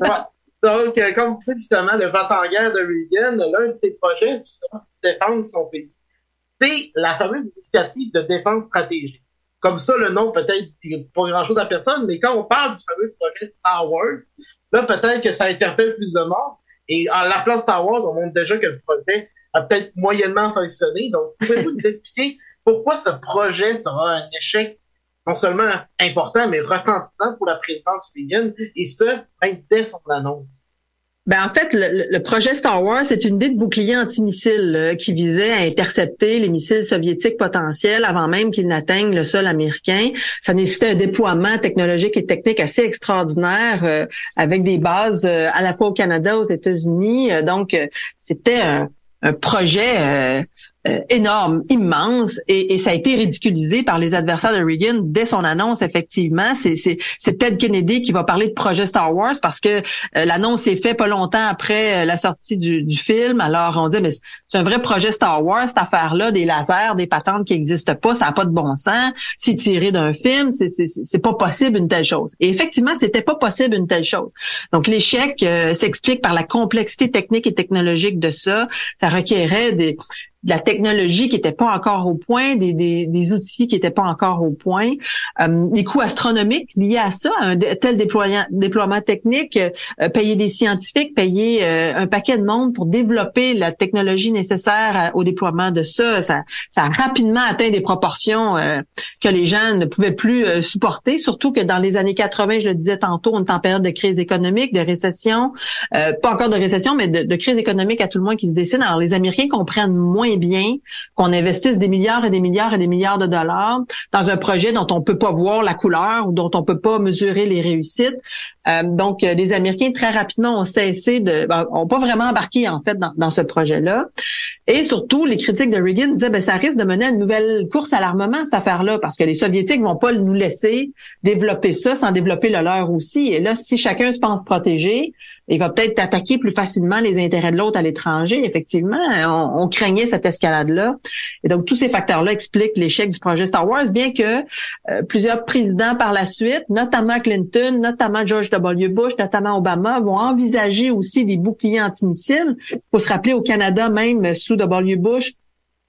Donc, euh, comme vous dites justement, le vote en guerre de Reagan, l'un de ses projets, justement, de défendre son pays, c'est la fameuse initiative de défense stratégique. Comme ça, le nom peut-être pas grand-chose à personne, mais quand on parle du fameux projet Star Wars, là, peut-être que ça interpelle plus de monde. Et en l'appelant Star Wars, on montre déjà que le projet a peut-être moyennement fonctionné. Donc, pouvez-vous nous expliquer pourquoi ce projet sera un échec non seulement important, mais retentissant pour la présidence Reagan, et ce, même dès son annonce? Ben en fait, le, le projet Star Wars, c'est une idée de bouclier antimissile là, qui visait à intercepter les missiles soviétiques potentiels avant même qu'ils n'atteignent le sol américain. Ça nécessitait un déploiement technologique et technique assez extraordinaire euh, avec des bases euh, à la fois au Canada, aux États-Unis. Euh, donc, euh, c'était un, un projet euh, Euh, énorme, immense, et, et ça a été ridiculisé par les adversaires de Reagan dès son annonce. Effectivement, c'est c'est c'est Ted Kennedy qui va parler de projet Star Wars parce que euh, l'annonce s'est faite pas longtemps après euh, la sortie du, du film. Alors on dit mais c'est un vrai projet Star Wars cette affaire-là, des lasers, des patentes qui existent pas, ça a pas de bon sens. C'est tiré d'un film, c'est c'est c'est pas possible une telle chose. Et effectivement, c'était pas possible une telle chose. Donc l'échec euh, s'explique par la complexité technique et technologique de ça. Ça requérait des de la technologie qui n'était pas encore au point, des, des, des outils qui n'étaient pas encore au point, euh, les coûts astronomiques liés à ça, un tel déploiement, déploiement technique, euh, payer des scientifiques, payer euh, un paquet de monde pour développer la technologie nécessaire à, au déploiement de ça, ça, ça a rapidement atteint des proportions euh, que les gens ne pouvaient plus euh, supporter, surtout que dans les années quatre-vingt, je le disais tantôt, on est en période de crise économique, de récession, euh, pas encore de récession, mais de, de crise économique à tout le moins qui se dessine. Alors les Américains comprennent moins bien qu'on investisse des milliards et des milliards et des milliards de dollars dans un projet dont on peut pas voir la couleur ou dont on peut pas mesurer les réussites. Euh, donc, les Américains, très rapidement, ont cessé de... Ben, ont pas vraiment embarqué, en fait, dans, dans ce projet-là. Et surtout, les critiques de Reagan disaient, ben, ça risque de mener à une nouvelle course à l'armement, cette affaire-là, parce que les Soviétiques vont pas nous laisser développer ça sans développer le leur aussi. Et là, si chacun se pense protégé, il va peut-être attaquer plus facilement les intérêts de l'autre à l'étranger. Effectivement, on, on craignait cette escalade-là. Et donc, tous ces facteurs-là expliquent l'échec du projet Star Wars, bien que euh, plusieurs présidents par la suite, notamment Clinton, notamment George W. Bush, notamment Obama, vont envisager aussi des boucliers antimissiles. Il faut se rappeler au Canada même, sous W. Bush,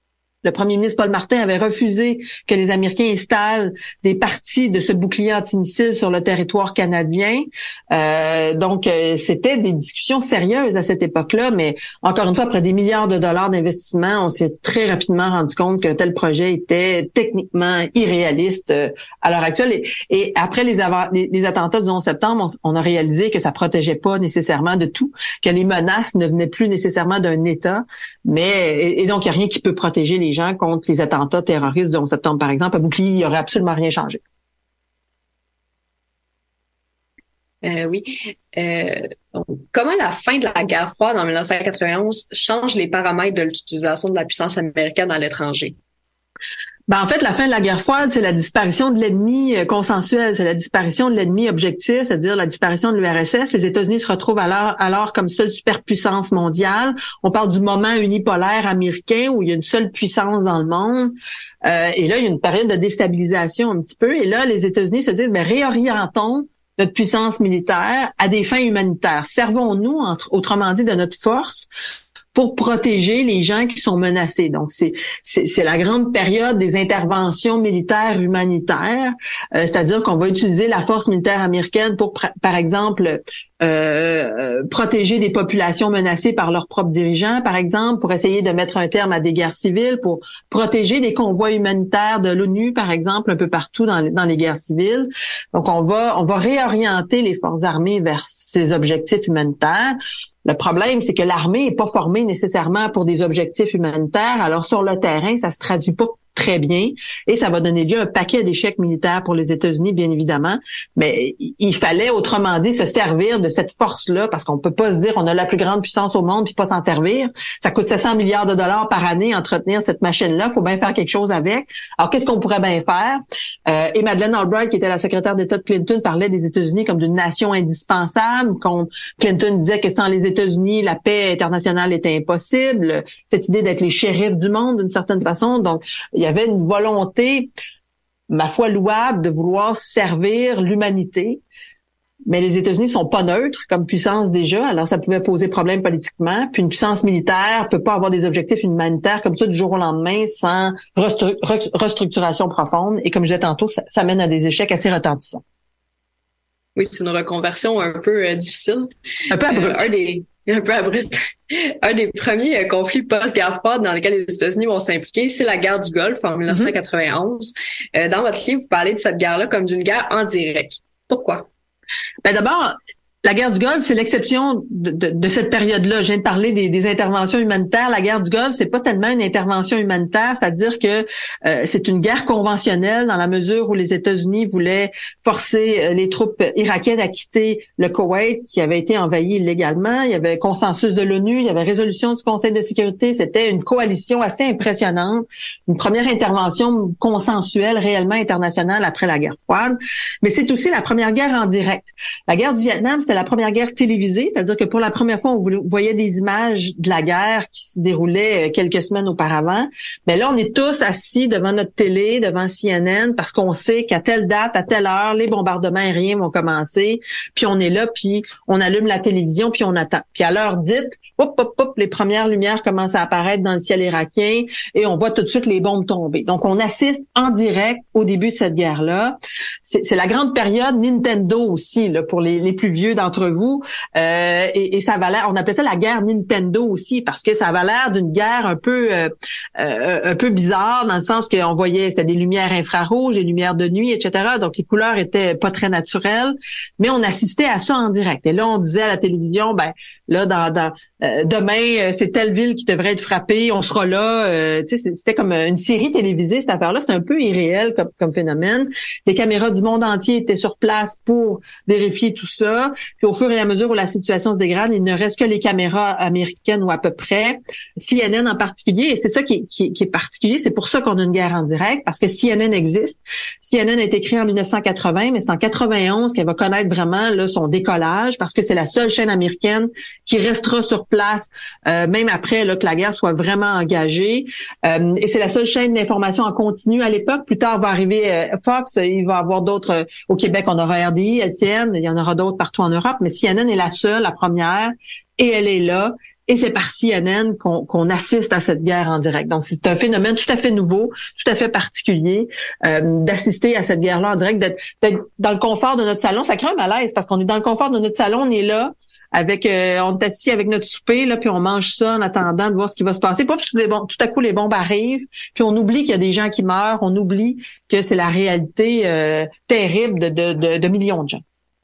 Le premier ministre Paul Martin avait refusé que les Américains installent des parties de ce bouclier antimissile sur le territoire canadien. Euh, donc, euh, c'était des discussions sérieuses à cette époque-là, mais encore une fois, après des milliards de dollars d'investissement, on s'est très rapidement rendu compte qu'un tel projet était techniquement irréaliste euh, à l'heure actuelle. Et, et après les, ava- les, les attentats du onze septembre, on, on a réalisé que ça protégeait pas nécessairement de tout, que les menaces ne venaient plus nécessairement d'un État, mais et, et donc il n'y a rien qui peut protéger les gens contre les attentats terroristes du onze septembre, par exemple. À Bouclier, il n'y aurait absolument rien changé. Euh, oui. Euh, donc, comment la fin de la guerre froide en dix-neuf cent quatre-vingt-onze change les paramètres de l'utilisation de la puissance américaine à l'étranger? Ben, en fait, la fin de la guerre froide, c'est la disparition de l'ennemi consensuel, c'est la disparition de l'ennemi objectif, c'est-à-dire la disparition de l'U R S S. Les États-Unis se retrouvent alors, alors comme seule superpuissance mondiale. On parle du moment unipolaire américain où il y a une seule puissance dans le monde. Euh, et là, il y a une période de déstabilisation un petit peu. Et là, les États-Unis se disent, ben, réorientons notre puissance militaire à des fins humanitaires. Servons-nous, entre, autrement dit, de notre force pour protéger les gens qui sont menacés. Donc, c'est c'est, c'est la grande période des interventions militaires humanitaires, euh, c'est-à-dire qu'on va utiliser la force militaire américaine pour, par exemple, euh, protéger des populations menacées par leurs propres dirigeants, par exemple, pour essayer de mettre un terme à des guerres civiles, pour protéger des convois humanitaires de l'ONU, par exemple, un peu partout dans, dans les guerres civiles. Donc, on va on va réorienter les forces armées vers ces objectifs humanitaires. Le problème, c'est que l'armée n'est pas formée nécessairement pour des objectifs humanitaires. Alors, sur le terrain, ça se traduit pas très bien et ça va donner lieu à un paquet d'échecs militaires pour les États-Unis, bien évidemment. Mais il fallait, autrement dit, se servir de cette force-là parce qu'on peut pas se dire on a la plus grande puissance au monde puis pas s'en servir. Ça coûte sept cents milliards de dollars par année entretenir cette machine-là. Faut bien faire quelque chose avec. Alors, qu'est-ce qu'on pourrait bien faire? Euh, et Madeleine Albright, qui était la secrétaire d'État de Clinton, parlait des États-Unis comme d'une nation indispensable. Qu'on, Clinton disait que sans les États-Unis, la paix internationale était impossible. Cette idée d'être les shérifs du monde, d'une certaine façon. Donc, il y avait une volonté, ma foi louable, de vouloir servir l'humanité. Mais les États-Unis sont pas neutres comme puissance déjà, alors ça pouvait poser problème politiquement. Puis une puissance militaire peut pas avoir des objectifs humanitaires comme ça du jour au lendemain sans restru- restructuration profonde. Et comme je disais tantôt, ça, ça mène à des échecs assez retentissants. Oui, c'est une reconversion un peu euh, difficile. Un peu abrupte. Euh, un des un peu abrupte. Un des premiers euh, conflits post-guerre froide dans lesquels les États-Unis vont s'impliquer, c'est la guerre du Golfe en dix-neuf cent quatre-vingt-onze. Mm-hmm. Euh, dans votre livre, vous parlez de cette guerre-là comme d'une guerre en direct. Pourquoi? Ben d'abord, la guerre du Golfe, c'est l'exception de, de, de cette période-là. Je viens de parler des, des interventions humanitaires. La guerre du Golfe, c'est pas tellement une intervention humanitaire, c'est-à-dire que euh, c'est une guerre conventionnelle dans la mesure où les États-Unis voulaient forcer euh, les troupes irakiennes à quitter le Koweït, qui avait été envahi illégalement. Il y avait consensus de l'ONU, il y avait résolution du Conseil de sécurité. C'était une coalition assez impressionnante, une première intervention consensuelle réellement internationale après la guerre froide. Mais c'est aussi la première guerre en direct. La guerre du Vietnam, c'était la première guerre télévisée, c'est-à-dire que pour la première fois, on voyait des images de la guerre qui se déroulait quelques semaines auparavant. Mais là, on est tous assis devant notre télé, devant C N N, parce qu'on sait qu'à telle date, à telle heure, les bombardements aériens vont commencer. Puis on est là, puis on allume la télévision, puis on attend. Puis à l'heure dite, hop, hop, hop, les premières lumières commencent à apparaître dans le ciel irakien et on voit tout de suite les bombes tomber. Donc, on assiste en direct au début de cette guerre-là. C'est, c'est la grande période Nintendo aussi, là, pour les, les plus vieux d'entre vous, euh, et, et ça avait l'air, on appelait ça la guerre Nintendo aussi, parce que ça avait l'air d'une guerre un peu euh, euh, un peu bizarre, dans le sens qu'on voyait, c'était des lumières infrarouges, des lumières de nuit, et cetera. Donc les couleurs étaient pas très naturelles, mais on assistait à ça en direct. Et là, on disait à la télévision, ben là, dans, dans euh, demain, c'est telle ville qui devrait être frappée, on sera là. Euh, tu sais, c'était comme une série télévisée, cette affaire-là. C'était un peu irréel comme, comme phénomène. Les caméras du monde entier étaient sur place pour vérifier tout ça. Puis au fur et à mesure où la situation se dégrade, il ne reste que les caméras américaines ou à peu près, C N N en particulier. Et c'est ça qui est, qui, qui est particulier. C'est pour ça qu'on a une guerre en direct, parce que C N N existe. C N N a été créé en dix-neuf cent quatre-vingts, mais c'est en quatre-vingt-onze qu'elle va connaître vraiment là, son décollage, parce que c'est la seule chaîne américaine qui restera sur place, euh, même après là, que la guerre soit vraiment engagée. Euh, et c'est la seule chaîne d'information en continu à l'époque. Plus tard va arriver euh, Fox, il va y avoir d'autres. Euh, au Québec, on aura R D I, L C N, il y en aura d'autres partout en Europe, mais C N N est la seule, la première, et elle est là. et c'est par C N N qu'on, qu'on assiste à cette guerre en direct. Donc, c'est un phénomène tout à fait nouveau, tout à fait particulier, euh, d'assister à cette guerre-là en direct, d'être, d'être dans le confort de notre salon. Ça crée un malaise parce qu'on est dans le confort de notre salon, on est là, avec euh, on est assis avec notre souper, là, puis on mange ça en attendant de voir ce qui va se passer. Pas tout, les bombes, tout à coup, les bombes arrivent, puis on oublie qu'il y a des gens qui meurent, on oublie que c'est la réalité euh, terrible de, de, de, de millions de gens.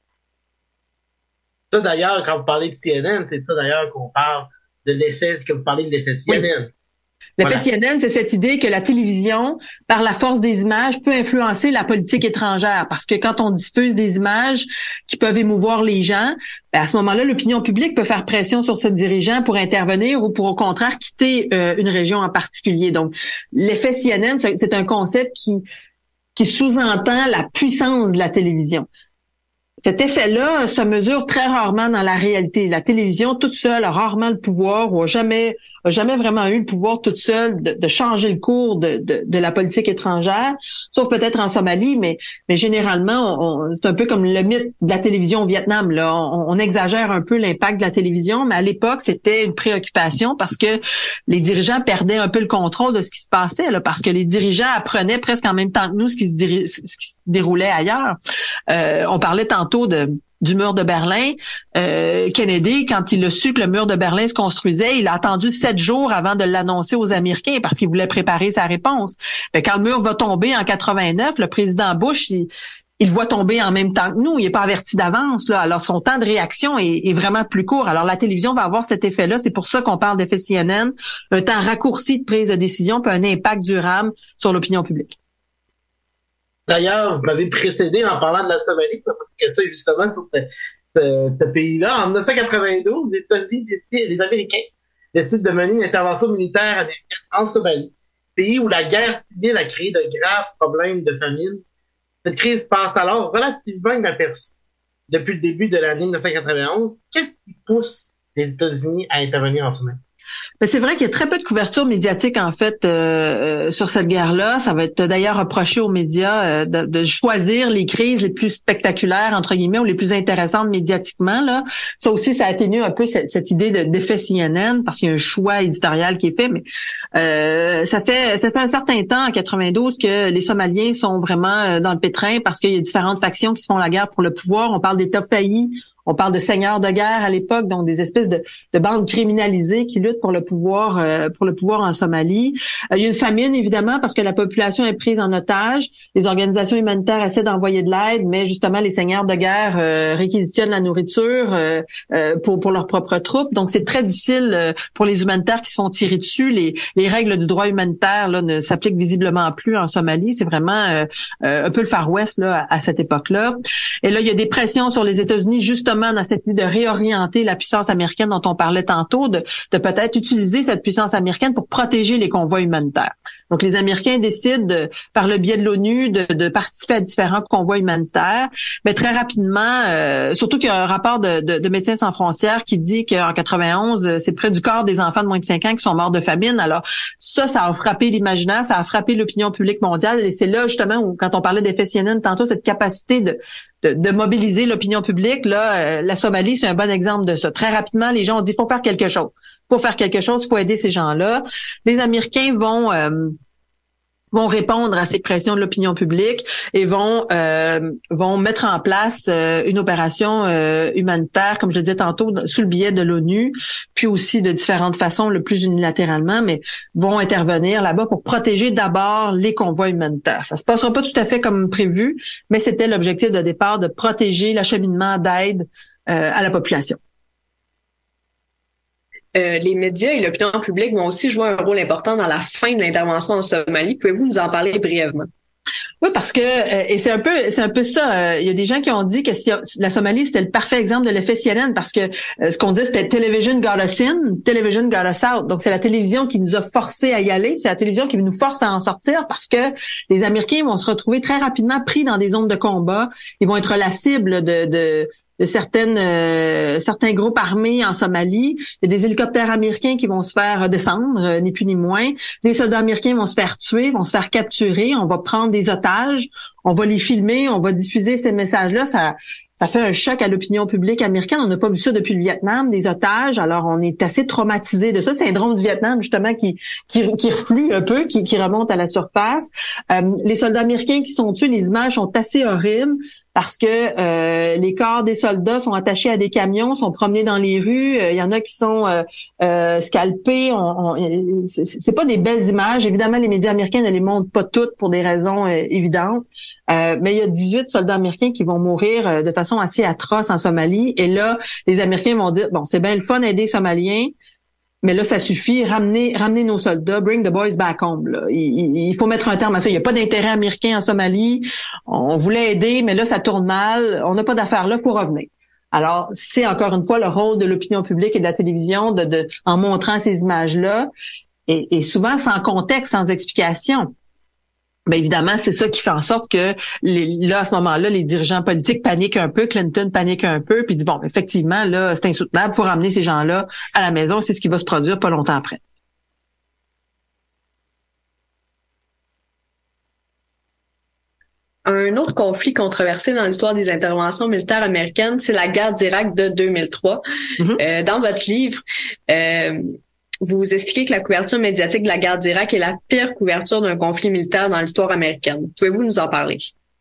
Ça, d'ailleurs, quand vous parlez de C N N, c'est ça, d'ailleurs, qu'on parle de l'effet, que vous parlez de l'effet C N N. Oui. L'effet voilà. C N N, c'est cette idée que la télévision, par la force des images, peut influencer la politique étrangère. Parce que quand on diffuse des images qui peuvent émouvoir les gens, ben à ce moment-là, l'opinion publique peut faire pression sur ce dirigeant pour intervenir ou pour, au contraire, quitter euh, une région en particulier. Donc, l'effet C N N, c'est un concept qui, qui sous-entend la puissance de la télévision. Cet effet-là se mesure très rarement dans la réalité. La télévision, toute seule, a rarement le pouvoir ou a jamais, a jamais vraiment eu le pouvoir toute seule de, de changer le cours de, de, de la politique étrangère, sauf peut-être en Somalie, mais, mais généralement, on, c'est un peu comme le mythe de la télévision au Vietnam. Là, on, on exagère un peu l'impact de la télévision, mais à l'époque, c'était une préoccupation parce que les dirigeants perdaient un peu le contrôle de ce qui se passait, là, parce que les dirigeants apprenaient presque en même temps que nous ce qui se, diri- ce qui se déroulait ailleurs. Euh, on parlait tantôt de du mur de Berlin. Euh, Kennedy, quand il a su que le mur de Berlin se construisait, il a attendu sept jours avant de l'annoncer aux Américains parce qu'il voulait préparer sa réponse. Mais quand le mur va tomber en quatre-vingt-neuf, le président Bush, il, il voit tomber en même temps que nous. Il n'est pas averti d'avance, là. Alors, son temps de réaction est, est vraiment plus court. Alors, la télévision va avoir cet effet-là. C'est pour ça qu'on parle d'effet C N N. Un temps raccourci de prise de décision puis un impact durable sur l'opinion publique. D'ailleurs, vous m'avez précédé en parlant de la Somalie, parce que ça, justement, pour ce, ce, ce pays-là, en dix-neuf cent quatre-vingt-douze, les États-Unis, les Américains décident de mener une intervention militaire américaine en Somalie, pays où la guerre civile a créé de graves problèmes de famine. Cette crise passe alors relativement inaperçue. Depuis le début de l'année dix-neuf cent quatre-vingt-onze, qu'est-ce qui pousse les États-Unis à intervenir en Somalie? Mais c'est vrai qu'il y a très peu de couverture médiatique en fait euh, sur cette guerre-là. Ça va être d'ailleurs reproché aux médias euh, de, de choisir les crises les plus spectaculaires entre guillemets ou les plus intéressantes médiatiquement. Là, ça aussi, ça atténue un peu cette, cette idée de, d'effet C N N parce qu'il y a un choix éditorial qui est fait. Mais euh, ça fait ça fait un certain temps en quatre-vingt-douze que les Somaliens sont vraiment dans le pétrin parce qu'il y a différentes factions qui se font la guerre pour le pouvoir. On parle d'États faillis. On parle de seigneurs de guerre à l'époque, donc des espèces de, de bandes criminalisées qui luttent pour le pouvoir, euh, pour le pouvoir en Somalie. Euh, il y a une famine évidemment parce que la population est prise en otage. Les organisations humanitaires essaient d'envoyer de l'aide, mais justement les seigneurs de guerre euh, réquisitionnent la nourriture euh, euh, pour pour leurs propres troupes. Donc c'est très difficile euh, pour les humanitaires qui se font tirer dessus. Les les règles du droit humanitaire là ne s'appliquent visiblement plus en Somalie. C'est vraiment euh, euh, un peu le Far West là à, à cette époque-là. Et là il y a des pressions sur les États-Unis justement dans cette idée de réorienter la puissance américaine dont on parlait tantôt, de, de peut-être utiliser cette puissance américaine pour protéger les convois humanitaires. Donc, les Américains décident, de, par le biais de l'ONU, de, de participer à différents convois humanitaires. Mais très rapidement, euh, surtout qu'il y a un rapport de, de, de Médecins sans frontières qui dit qu'en quatre-vingt-onze, c'est près du quart des enfants de moins de cinq ans qui sont morts de famine. Alors, ça, ça a frappé l'imaginaire, ça a frappé l'opinion publique mondiale. Et c'est là, justement, où, quand on parlait d'effet C N N tantôt, cette capacité de, de, de mobiliser l'opinion publique, là, euh, la Somalie, c'est un bon exemple de ça. Très rapidement, les gens ont dit, faut faire quelque chose. Faut faire quelque chose, faut aider ces gens-là. Les Américains vont... Euh, vont répondre à ces pressions de l'opinion publique et vont euh, vont mettre en place euh, une opération euh, humanitaire, comme je le disais tantôt, sous le biais de l'ONU, puis aussi de différentes façons, le plus unilatéralement, mais vont intervenir là-bas pour protéger d'abord les convois humanitaires. Ça se passera pas tout à fait comme prévu, mais c'était l'objectif de départ de protéger l'acheminement d'aide euh, à la population. Euh, les médias et l'opinion publique vont aussi jouer un rôle important dans la fin de l'intervention en Somalie. Pouvez-vous nous en parler brièvement? Oui, parce que euh, et c'est un peu c'est un peu ça. Euh, il y a des gens qui ont dit que si, la Somalie c'était le parfait exemple de l'effet C N N parce que euh, ce qu'on dit c'était television got us in, television got us out. Donc c'est la télévision qui nous a forcés à y aller, c'est la télévision qui nous force à en sortir parce que les Américains vont se retrouver très rapidement pris dans des zones de combat. Ils vont être la cible de, de de certaines euh, certains groupes armés en Somalie. Il y a des hélicoptères américains qui vont se faire descendre, euh, ni plus ni moins. Les soldats américains vont se faire tuer, vont se faire capturer. On va prendre des otages, on va les filmer, on va diffuser ces messages-là. Ça Ça fait un choc à l'opinion publique américaine. On n'a pas vu ça depuis le Vietnam, des otages. Alors, on est assez traumatisé de ça. Syndrome du Vietnam, justement, qui qui, qui reflue un peu, qui, qui remonte à la surface. Euh, les soldats américains qui sont tués, les images sont assez horribles parce que euh, les corps des soldats sont attachés à des camions, sont promenés dans les rues. Il y en a qui sont euh, euh, scalpés. On, on, c'est, c'est pas des belles images. Évidemment, les médias américains ne les montrent pas toutes pour des raisons euh, évidentes. Euh, mais il y a dix-huit soldats américains qui vont mourir euh, de façon assez atroce en Somalie. Et là, les Américains vont dire, bon, c'est bien le fun d'aider les Somaliens, mais là, ça suffit. Ramener, ramener nos soldats, bring the boys back home. Là. Il, il, il faut mettre un terme à ça. Il n'y a pas d'intérêt américain en Somalie. On voulait aider, mais là, ça tourne mal. On n'a pas d'affaires là, il faut revenir. Alors, c'est encore une fois le rôle de l'opinion publique et de la télévision de, de en montrant ces images-là. Et, et souvent sans contexte, sans explication. Bien évidemment, c'est ça qui fait en sorte que les, là, à ce moment-là, les dirigeants politiques paniquent un peu, Clinton panique un peu, puis dit bon, effectivement, là, c'est insoutenable, il faut ramener ces gens-là à la maison, c'est ce qui va se produire pas longtemps après. Un autre conflit controversé dans l'histoire des interventions militaires américaines, c'est la guerre d'Irak de deux mille trois. Mm-hmm. Euh, dans votre livre, euh, vous expliquez que la couverture médiatique de la guerre d'Irak est la pire couverture d'un conflit militaire dans l'histoire américaine. Pouvez-vous nous en parler?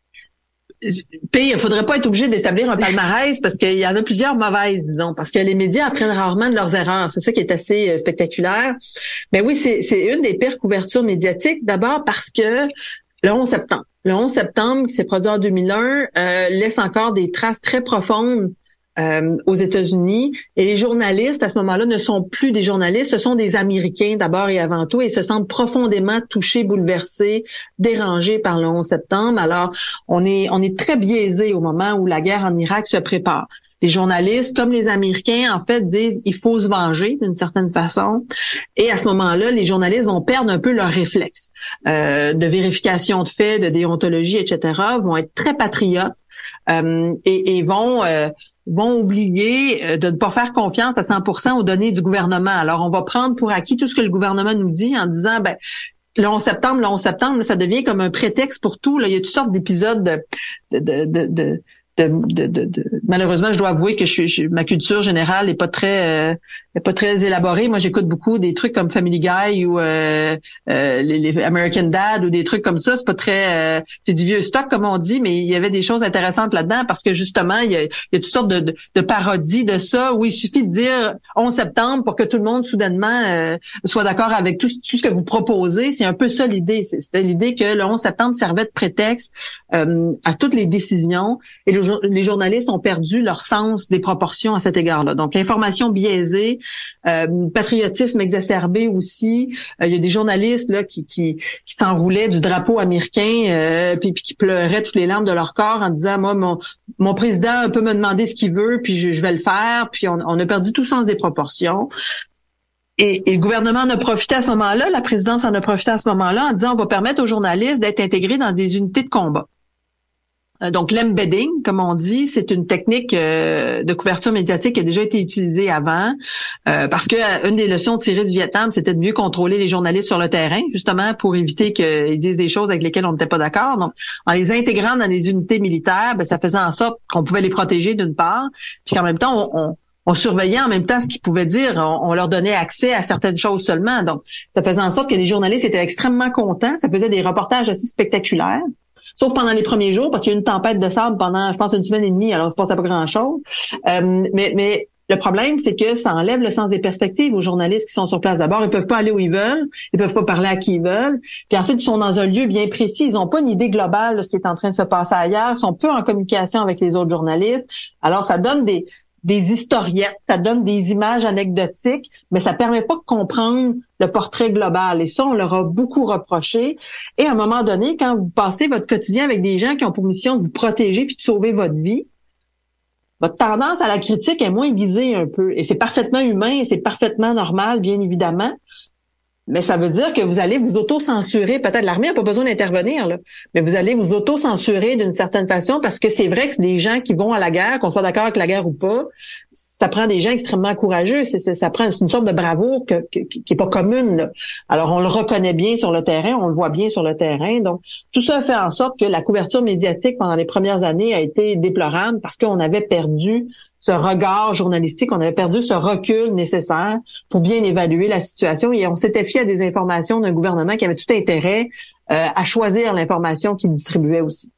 Puis, il faudrait pas être obligé d'établir un palmarès parce qu'il y en a plusieurs mauvaises, disons, parce que les médias apprennent rarement de leurs erreurs. C'est ça qui est assez euh, spectaculaire. Mais oui, c'est, c'est une des pires couvertures médiatiques. D'abord parce que le onze septembre, le onze septembre qui s'est produit en deux mille un, euh, laisse encore des traces très profondes Euh, aux États-Unis, et les journalistes à ce moment-là ne sont plus des journalistes, ce sont des Américains d'abord et avant tout, et se sentent profondément touchés, bouleversés, dérangés par le onze septembre. Alors, on est on est très biaisé au moment où la guerre en Irak se prépare. Les journalistes, comme les Américains, en fait, disent il faut se venger d'une certaine façon. Et à ce moment-là, les journalistes vont perdre un peu leur réflexe euh, de vérification de faits, de déontologie, et cetera, vont être très patriotes euh, et, et vont euh, vont oublier de ne pas faire confiance à cent pour cent aux données du gouvernement. Alors, on va prendre pour acquis tout ce que le gouvernement nous dit en disant, ben, le onze septembre, le onze septembre, ça devient comme un prétexte pour tout. Là, il y a toutes sortes d'épisodes de, de, de, de De, de, de, de, malheureusement, je dois avouer que je, je, ma culture générale est pas très euh, est pas très élaborée. Moi, j'écoute beaucoup des trucs comme Family Guy ou euh, euh, les, les American Dad ou des trucs comme ça. C'est pas très euh, c'est du vieux stock comme on dit, mais il y avait des choses intéressantes là-dedans parce que justement, il y a, il y a toutes sortes de, de, de parodies de ça où il suffit de dire onze septembre pour que tout le monde soudainement euh, soit d'accord avec tout, tout ce que vous proposez. C'est un peu ça l'idée. C'était l'idée que le onze septembre servait de prétexte euh, à toutes les décisions et le les journalistes ont perdu leur sens des proportions à cet égard-là. Donc, information biaisée, euh, patriotisme exacerbé aussi. Euh, il y a des journalistes là qui qui, qui s'enroulaient du drapeau américain euh, puis, puis qui pleuraient toutes les larmes de leur corps en disant moi mon mon président peut me demander ce qu'il veut puis je, je vais le faire. Puis on, on a perdu tout sens des proportions. Et, et le gouvernement en a profité à ce moment-là, la présidence en a profité à ce moment-là en disant on va permettre aux journalistes d'être intégrés dans des unités de combat. Donc, l'embedding, comme on dit, c'est une technique euh, de couverture médiatique qui a déjà été utilisée avant, euh, parce que euh, une des leçons tirées du Vietnam, c'était de mieux contrôler les journalistes sur le terrain, justement pour éviter qu'ils disent des choses avec lesquelles on n'était pas d'accord. Donc, en les intégrant dans des unités militaires, ben, ça faisait en sorte qu'on pouvait les protéger d'une part, puis qu'en même temps, on, on On surveillait en même temps ce qu'ils pouvaient dire. On, on leur donnait accès à certaines choses seulement. Donc, ça faisait en sorte que les journalistes étaient extrêmement contents. Ça faisait des reportages assez spectaculaires. Sauf pendant les premiers jours, parce qu'il y a eu une tempête de sable pendant, je pense, une semaine et demie, alors il se passait pas grand-chose. Euh, mais, mais le problème, c'est que ça enlève le sens des perspectives aux journalistes qui sont sur place. D'abord, ils peuvent pas aller où ils veulent, ils peuvent pas parler à qui ils veulent. Puis ensuite, ils sont dans un lieu bien précis. Ils ont pas une idée globale de ce qui est en train de se passer ailleurs. Ils sont peu en communication avec les autres journalistes. Alors, ça donne des des historiettes, ça donne des images anecdotiques, mais ça permet pas de comprendre le portrait global. Et ça, on leur a beaucoup reproché. Et à un moment donné, quand vous passez votre quotidien avec des gens qui ont pour mission de vous protéger puis de sauver votre vie, votre tendance à la critique est moins aiguisée un peu. Et c'est parfaitement humain et c'est parfaitement normal, bien évidemment. Mais ça veut dire que vous allez vous auto-censurer. Peut-être l'armée n'a pas besoin d'intervenir, là, mais vous allez vous auto-censurer d'une certaine façon parce que c'est vrai que les gens qui vont à la guerre, qu'on soit d'accord avec la guerre ou pas, ça prend des gens extrêmement courageux. C'est, c'est, ça prend une sorte de bravoure que, que, qui est pas commune, là. Alors, on le reconnaît bien sur le terrain, on le voit bien sur le terrain. Donc, tout ça fait en sorte que la couverture médiatique pendant les premières années a été déplorable parce qu'on avait perdu ce regard journalistique, on avait perdu ce recul nécessaire pour bien évaluer la situation et on s'était fié à des informations d'un gouvernement qui avait tout intérêt euh, à choisir l'information qu'il distribuait aussi.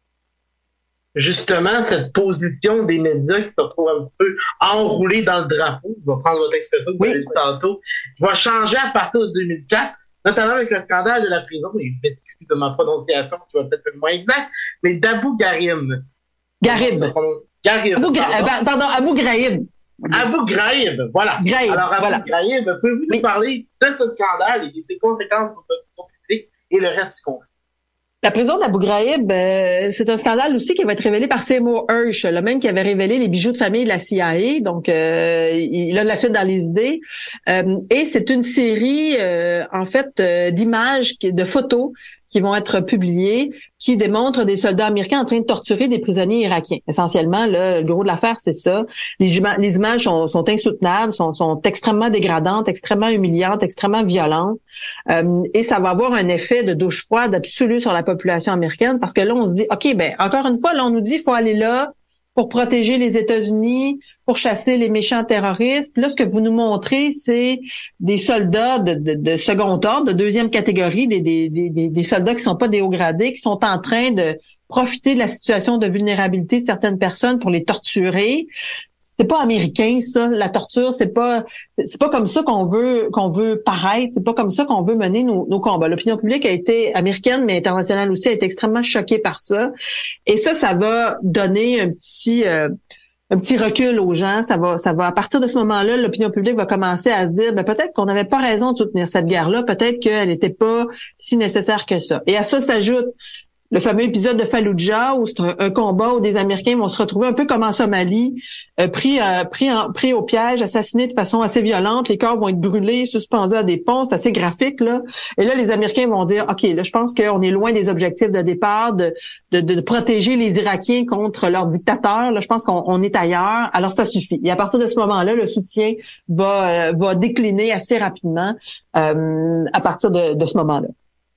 Justement, cette position des médias qui se retrouvent un peu enroulés dans le drapeau, je vais prendre votre expression que vous avez dit tantôt, va changer à partir de deux mille quatre, notamment avec le scandale de la prison, et je m'excuse de ma prononciation qui va peut-être être moins exact, mais d'Abou Ghraib. Ghraib. Ghraib. Abou Ghraib, pardon. pardon, Abou Ghraib. Abou Ghraib, voilà. Ghraib, Alors, Abou voilà. Ghraib, pouvez-vous oui. nous parler de ce scandale et de ses conséquences pour le public et le reste du conflit? La prison d'Abou Ghraib, euh, c'est un scandale aussi qui va être révélé par Seymour Hersh, le même qui avait révélé les bijoux de famille de la C I A. Donc, euh, il a de la suite dans les idées. Euh, et c'est une série, euh, en fait, euh, d'images, de photos qui vont être publiées, qui démontrent des soldats américains en train de torturer des prisonniers irakiens. Essentiellement, là, le gros de l'affaire, c'est ça. Les, les images sont, sont insoutenables, sont, sont extrêmement dégradantes, extrêmement humiliantes, extrêmement violentes. Euh, et ça va avoir un effet de douche froide absolu sur la population américaine parce que là, on se dit, OK, ben encore une fois, là, on nous dit, il faut aller là pour protéger les États-Unis, pour chasser les méchants terroristes. Puis là, ce que vous nous montrez, c'est des soldats de, de, de second ordre, de deuxième catégorie, des, des, des, des soldats qui sont pas des hauts gradés, qui sont en train de profiter de la situation de vulnérabilité de certaines personnes pour les torturer. C'est pas américain, ça. La torture, c'est pas, c'est, c'est pas comme ça qu'on veut, qu'on veut paraître. C'est pas comme ça qu'on veut mener nos, nos combats. L'opinion publique a été américaine, mais internationale aussi, a été extrêmement choquée par ça. Et ça, ça va donner un petit, euh, un petit recul aux gens. Ça va, ça va, à partir de ce moment-là, l'opinion publique va commencer à se dire, ben, peut-être qu'on n'avait pas raison de soutenir cette guerre-là. Peut-être qu'elle n'était pas si nécessaire que ça. Et à ça s'ajoute le fameux épisode de Fallujah où c'est un, un combat où des Américains vont se retrouver un peu comme en Somalie, euh, pris, euh, pris, en, pris au piège, assassinés de façon assez violente. Les corps vont être brûlés, suspendus à des ponts. C'est assez graphique, là. Et là, les Américains vont dire, OK, là, je pense qu'on est loin des objectifs de départ, de, de, de protéger les Irakiens contre leurs dictateurs. Là, je pense qu'on on est ailleurs. Alors, ça suffit. Et à partir de ce moment-là, le soutien va, euh, va décliner assez rapidement euh, à partir de, de ce moment-là.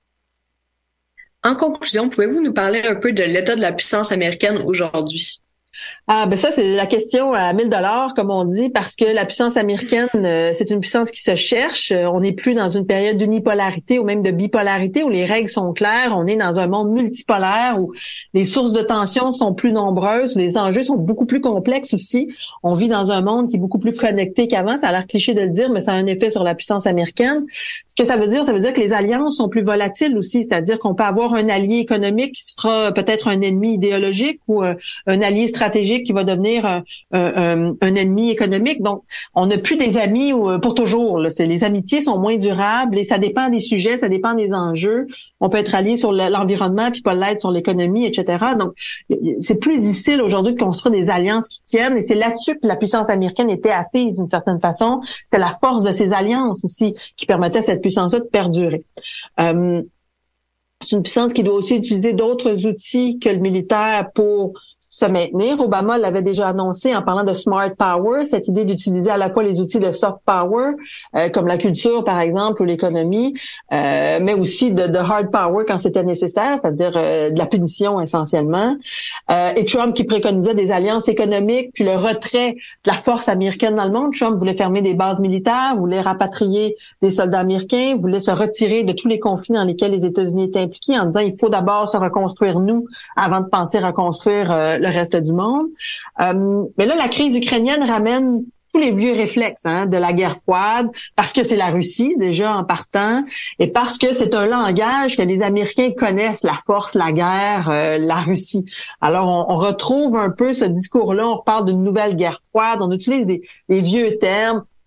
En conclusion, pouvez-vous nous parler un peu de l'état de la puissance américaine aujourd'hui? Ah, ben ça, c'est la question à mille dollars, comme on dit, parce que la puissance américaine, euh, c'est une puissance qui se cherche. Euh, on n'est plus dans une période d'unipolarité ou même de bipolarité où les règles sont claires. On est dans un monde multipolaire où les sources de tension sont plus nombreuses, les enjeux sont beaucoup plus complexes aussi. On vit dans un monde qui est beaucoup plus connecté qu'avant. Ça a l'air cliché de le dire, mais ça a un effet sur la puissance américaine. Ce que ça veut dire, ça veut dire que les alliances sont plus volatiles aussi, c'est-à-dire qu'on peut avoir un allié économique qui sera peut-être un ennemi idéologique ou euh, un allié stratégique qui va devenir un, un, un ennemi économique. Donc, on n'a plus des amis pour toujours. Là. C'est, les amitiés sont moins durables et ça dépend des sujets, ça dépend des enjeux. On peut être allié sur l'environnement puis pas l'être sur l'économie, et cetera. Donc, c'est plus difficile aujourd'hui de construire des alliances qui tiennent et c'est là-dessus que la puissance américaine était assise d'une certaine façon. C'est la force de ces alliances aussi qui permettait à cette puissance-là de perdurer. Euh, c'est une puissance qui doit aussi utiliser d'autres outils que le militaire pour se maintenir. Obama l'avait déjà annoncé en parlant de smart power, cette idée d'utiliser à la fois les outils de soft power, euh, comme la culture par exemple ou l'économie, euh, mais aussi de, de hard power quand c'était nécessaire, c'est-à-dire euh, de la punition essentiellement. Euh, et Trump qui préconisait des alliances économiques, puis le retrait de la force américaine dans le monde. Trump voulait fermer des bases militaires, voulait rapatrier des soldats américains, voulait se retirer de tous les conflits dans lesquels les États-Unis étaient impliqués en disant il faut d'abord se reconstruire nous avant de penser reconstruire euh, le reste du monde. Euh, mais là, la crise ukrainienne ramène tous les vieux réflexes hein, de la guerre froide, parce que c'est la Russie déjà en partant, et parce que c'est un langage que les Américains connaissent, la force, la guerre, euh, la Russie. Alors, on, on retrouve un peu ce discours-là, on parle d'une nouvelle guerre froide, on utilise des, des vieux termes,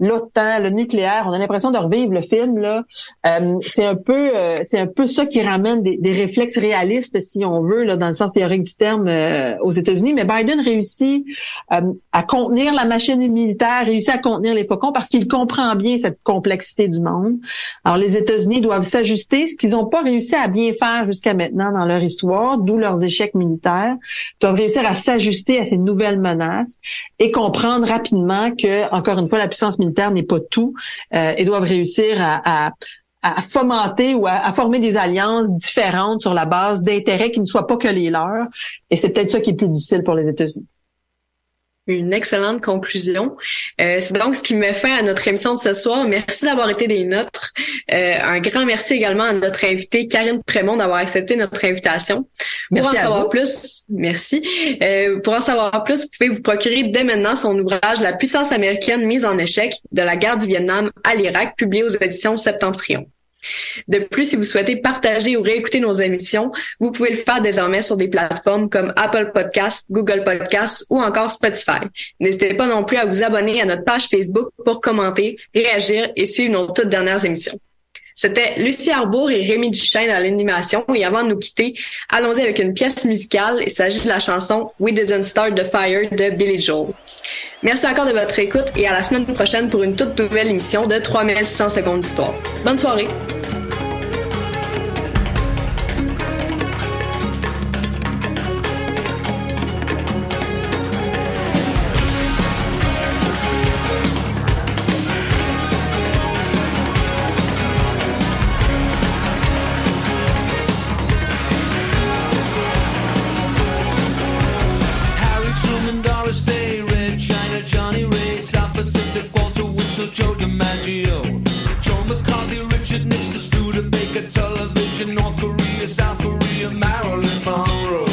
l'OTAN, le nucléaire. On a l'impression de revivre le film là. Euh, c'est un peu, euh, c'est un peu ça qui ramène des, des réflexes réalistes, si on veut, là, dans le sens théorique du terme, euh, aux États-Unis. Mais Biden réussit euh, à contenir la machine militaire, réussit à contenir les faucons parce qu'il comprend bien cette complexité du monde. Alors les États-Unis doivent s'ajuster, ce qu'ils n'ont pas réussi à bien faire jusqu'à maintenant dans leur histoire, d'où leurs échecs militaires. Ils doivent réussir à s'ajuster à ces nouvelles menaces et comprendre rapidement que, encore une fois, la puissance militaire n'est pas tout euh, et doivent réussir à, à, à fomenter ou à, à former des alliances différentes sur la base d'intérêts qui ne soient pas que les leurs. Et c'est peut-être ça qui est plus difficile pour les États-Unis. Une excellente conclusion. Euh, c'est donc ce qui met fin à notre émission de ce soir. Merci d'avoir été des nôtres. Euh, un grand merci également à notre invitée Karine Prémont d'avoir accepté notre invitation. Pour Merci en savoir vous. plus, merci. Euh, pour en savoir plus, vous pouvez vous procurer dès maintenant son ouvrage La puissance américaine mise en échec, de la guerre du Vietnam à l'Irak, publié aux éditions Septentrion. De plus, si vous souhaitez partager ou réécouter nos émissions, vous pouvez le faire désormais sur des plateformes comme Apple Podcasts, Google Podcasts ou encore Spotify. N'hésitez pas non plus à vous abonner à notre page Facebook pour commenter, réagir et suivre nos toutes dernières émissions. C'était Lucie Arbour et Rémi Duchesne à l'animation. Et avant de nous quitter, allons-y avec une pièce musicale. Il s'agit de la chanson We Didn't Start the Fire de Billy Joel. Merci encore de votre écoute et à la semaine prochaine pour une toute nouvelle émission de trois mille six cents secondes d'histoire. Bonne soirée! Joe DiMaggio, Joe McCarthy, Richard Nixon, Studebaker, television, North Korea, South Korea, Marilyn Monroe.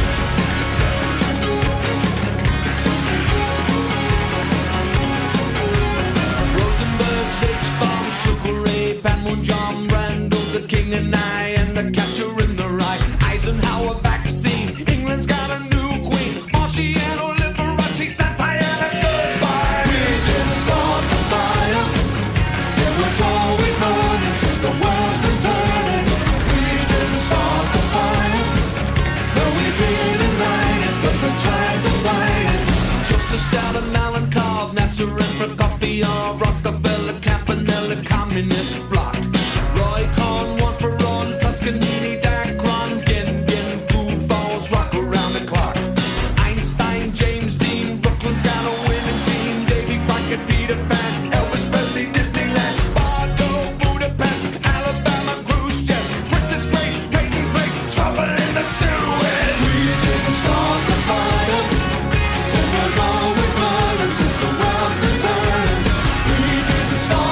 Rosenberg, H-Bomb, Sugar Ray, Panmunjom, Randall, the King and I, and the Catcher in the Rye. Eisenhower vaccine, England's got a new queen, Marciano, Liberati, Santayana, goodbye. We didn't start the fire. It was always burning since the world's been turning. We didn't start the fire. No, we didn't light it, but we tried to fight it. Joseph Stalin, Alan Cobb, Nasser and Prokofiev, Rockefeller.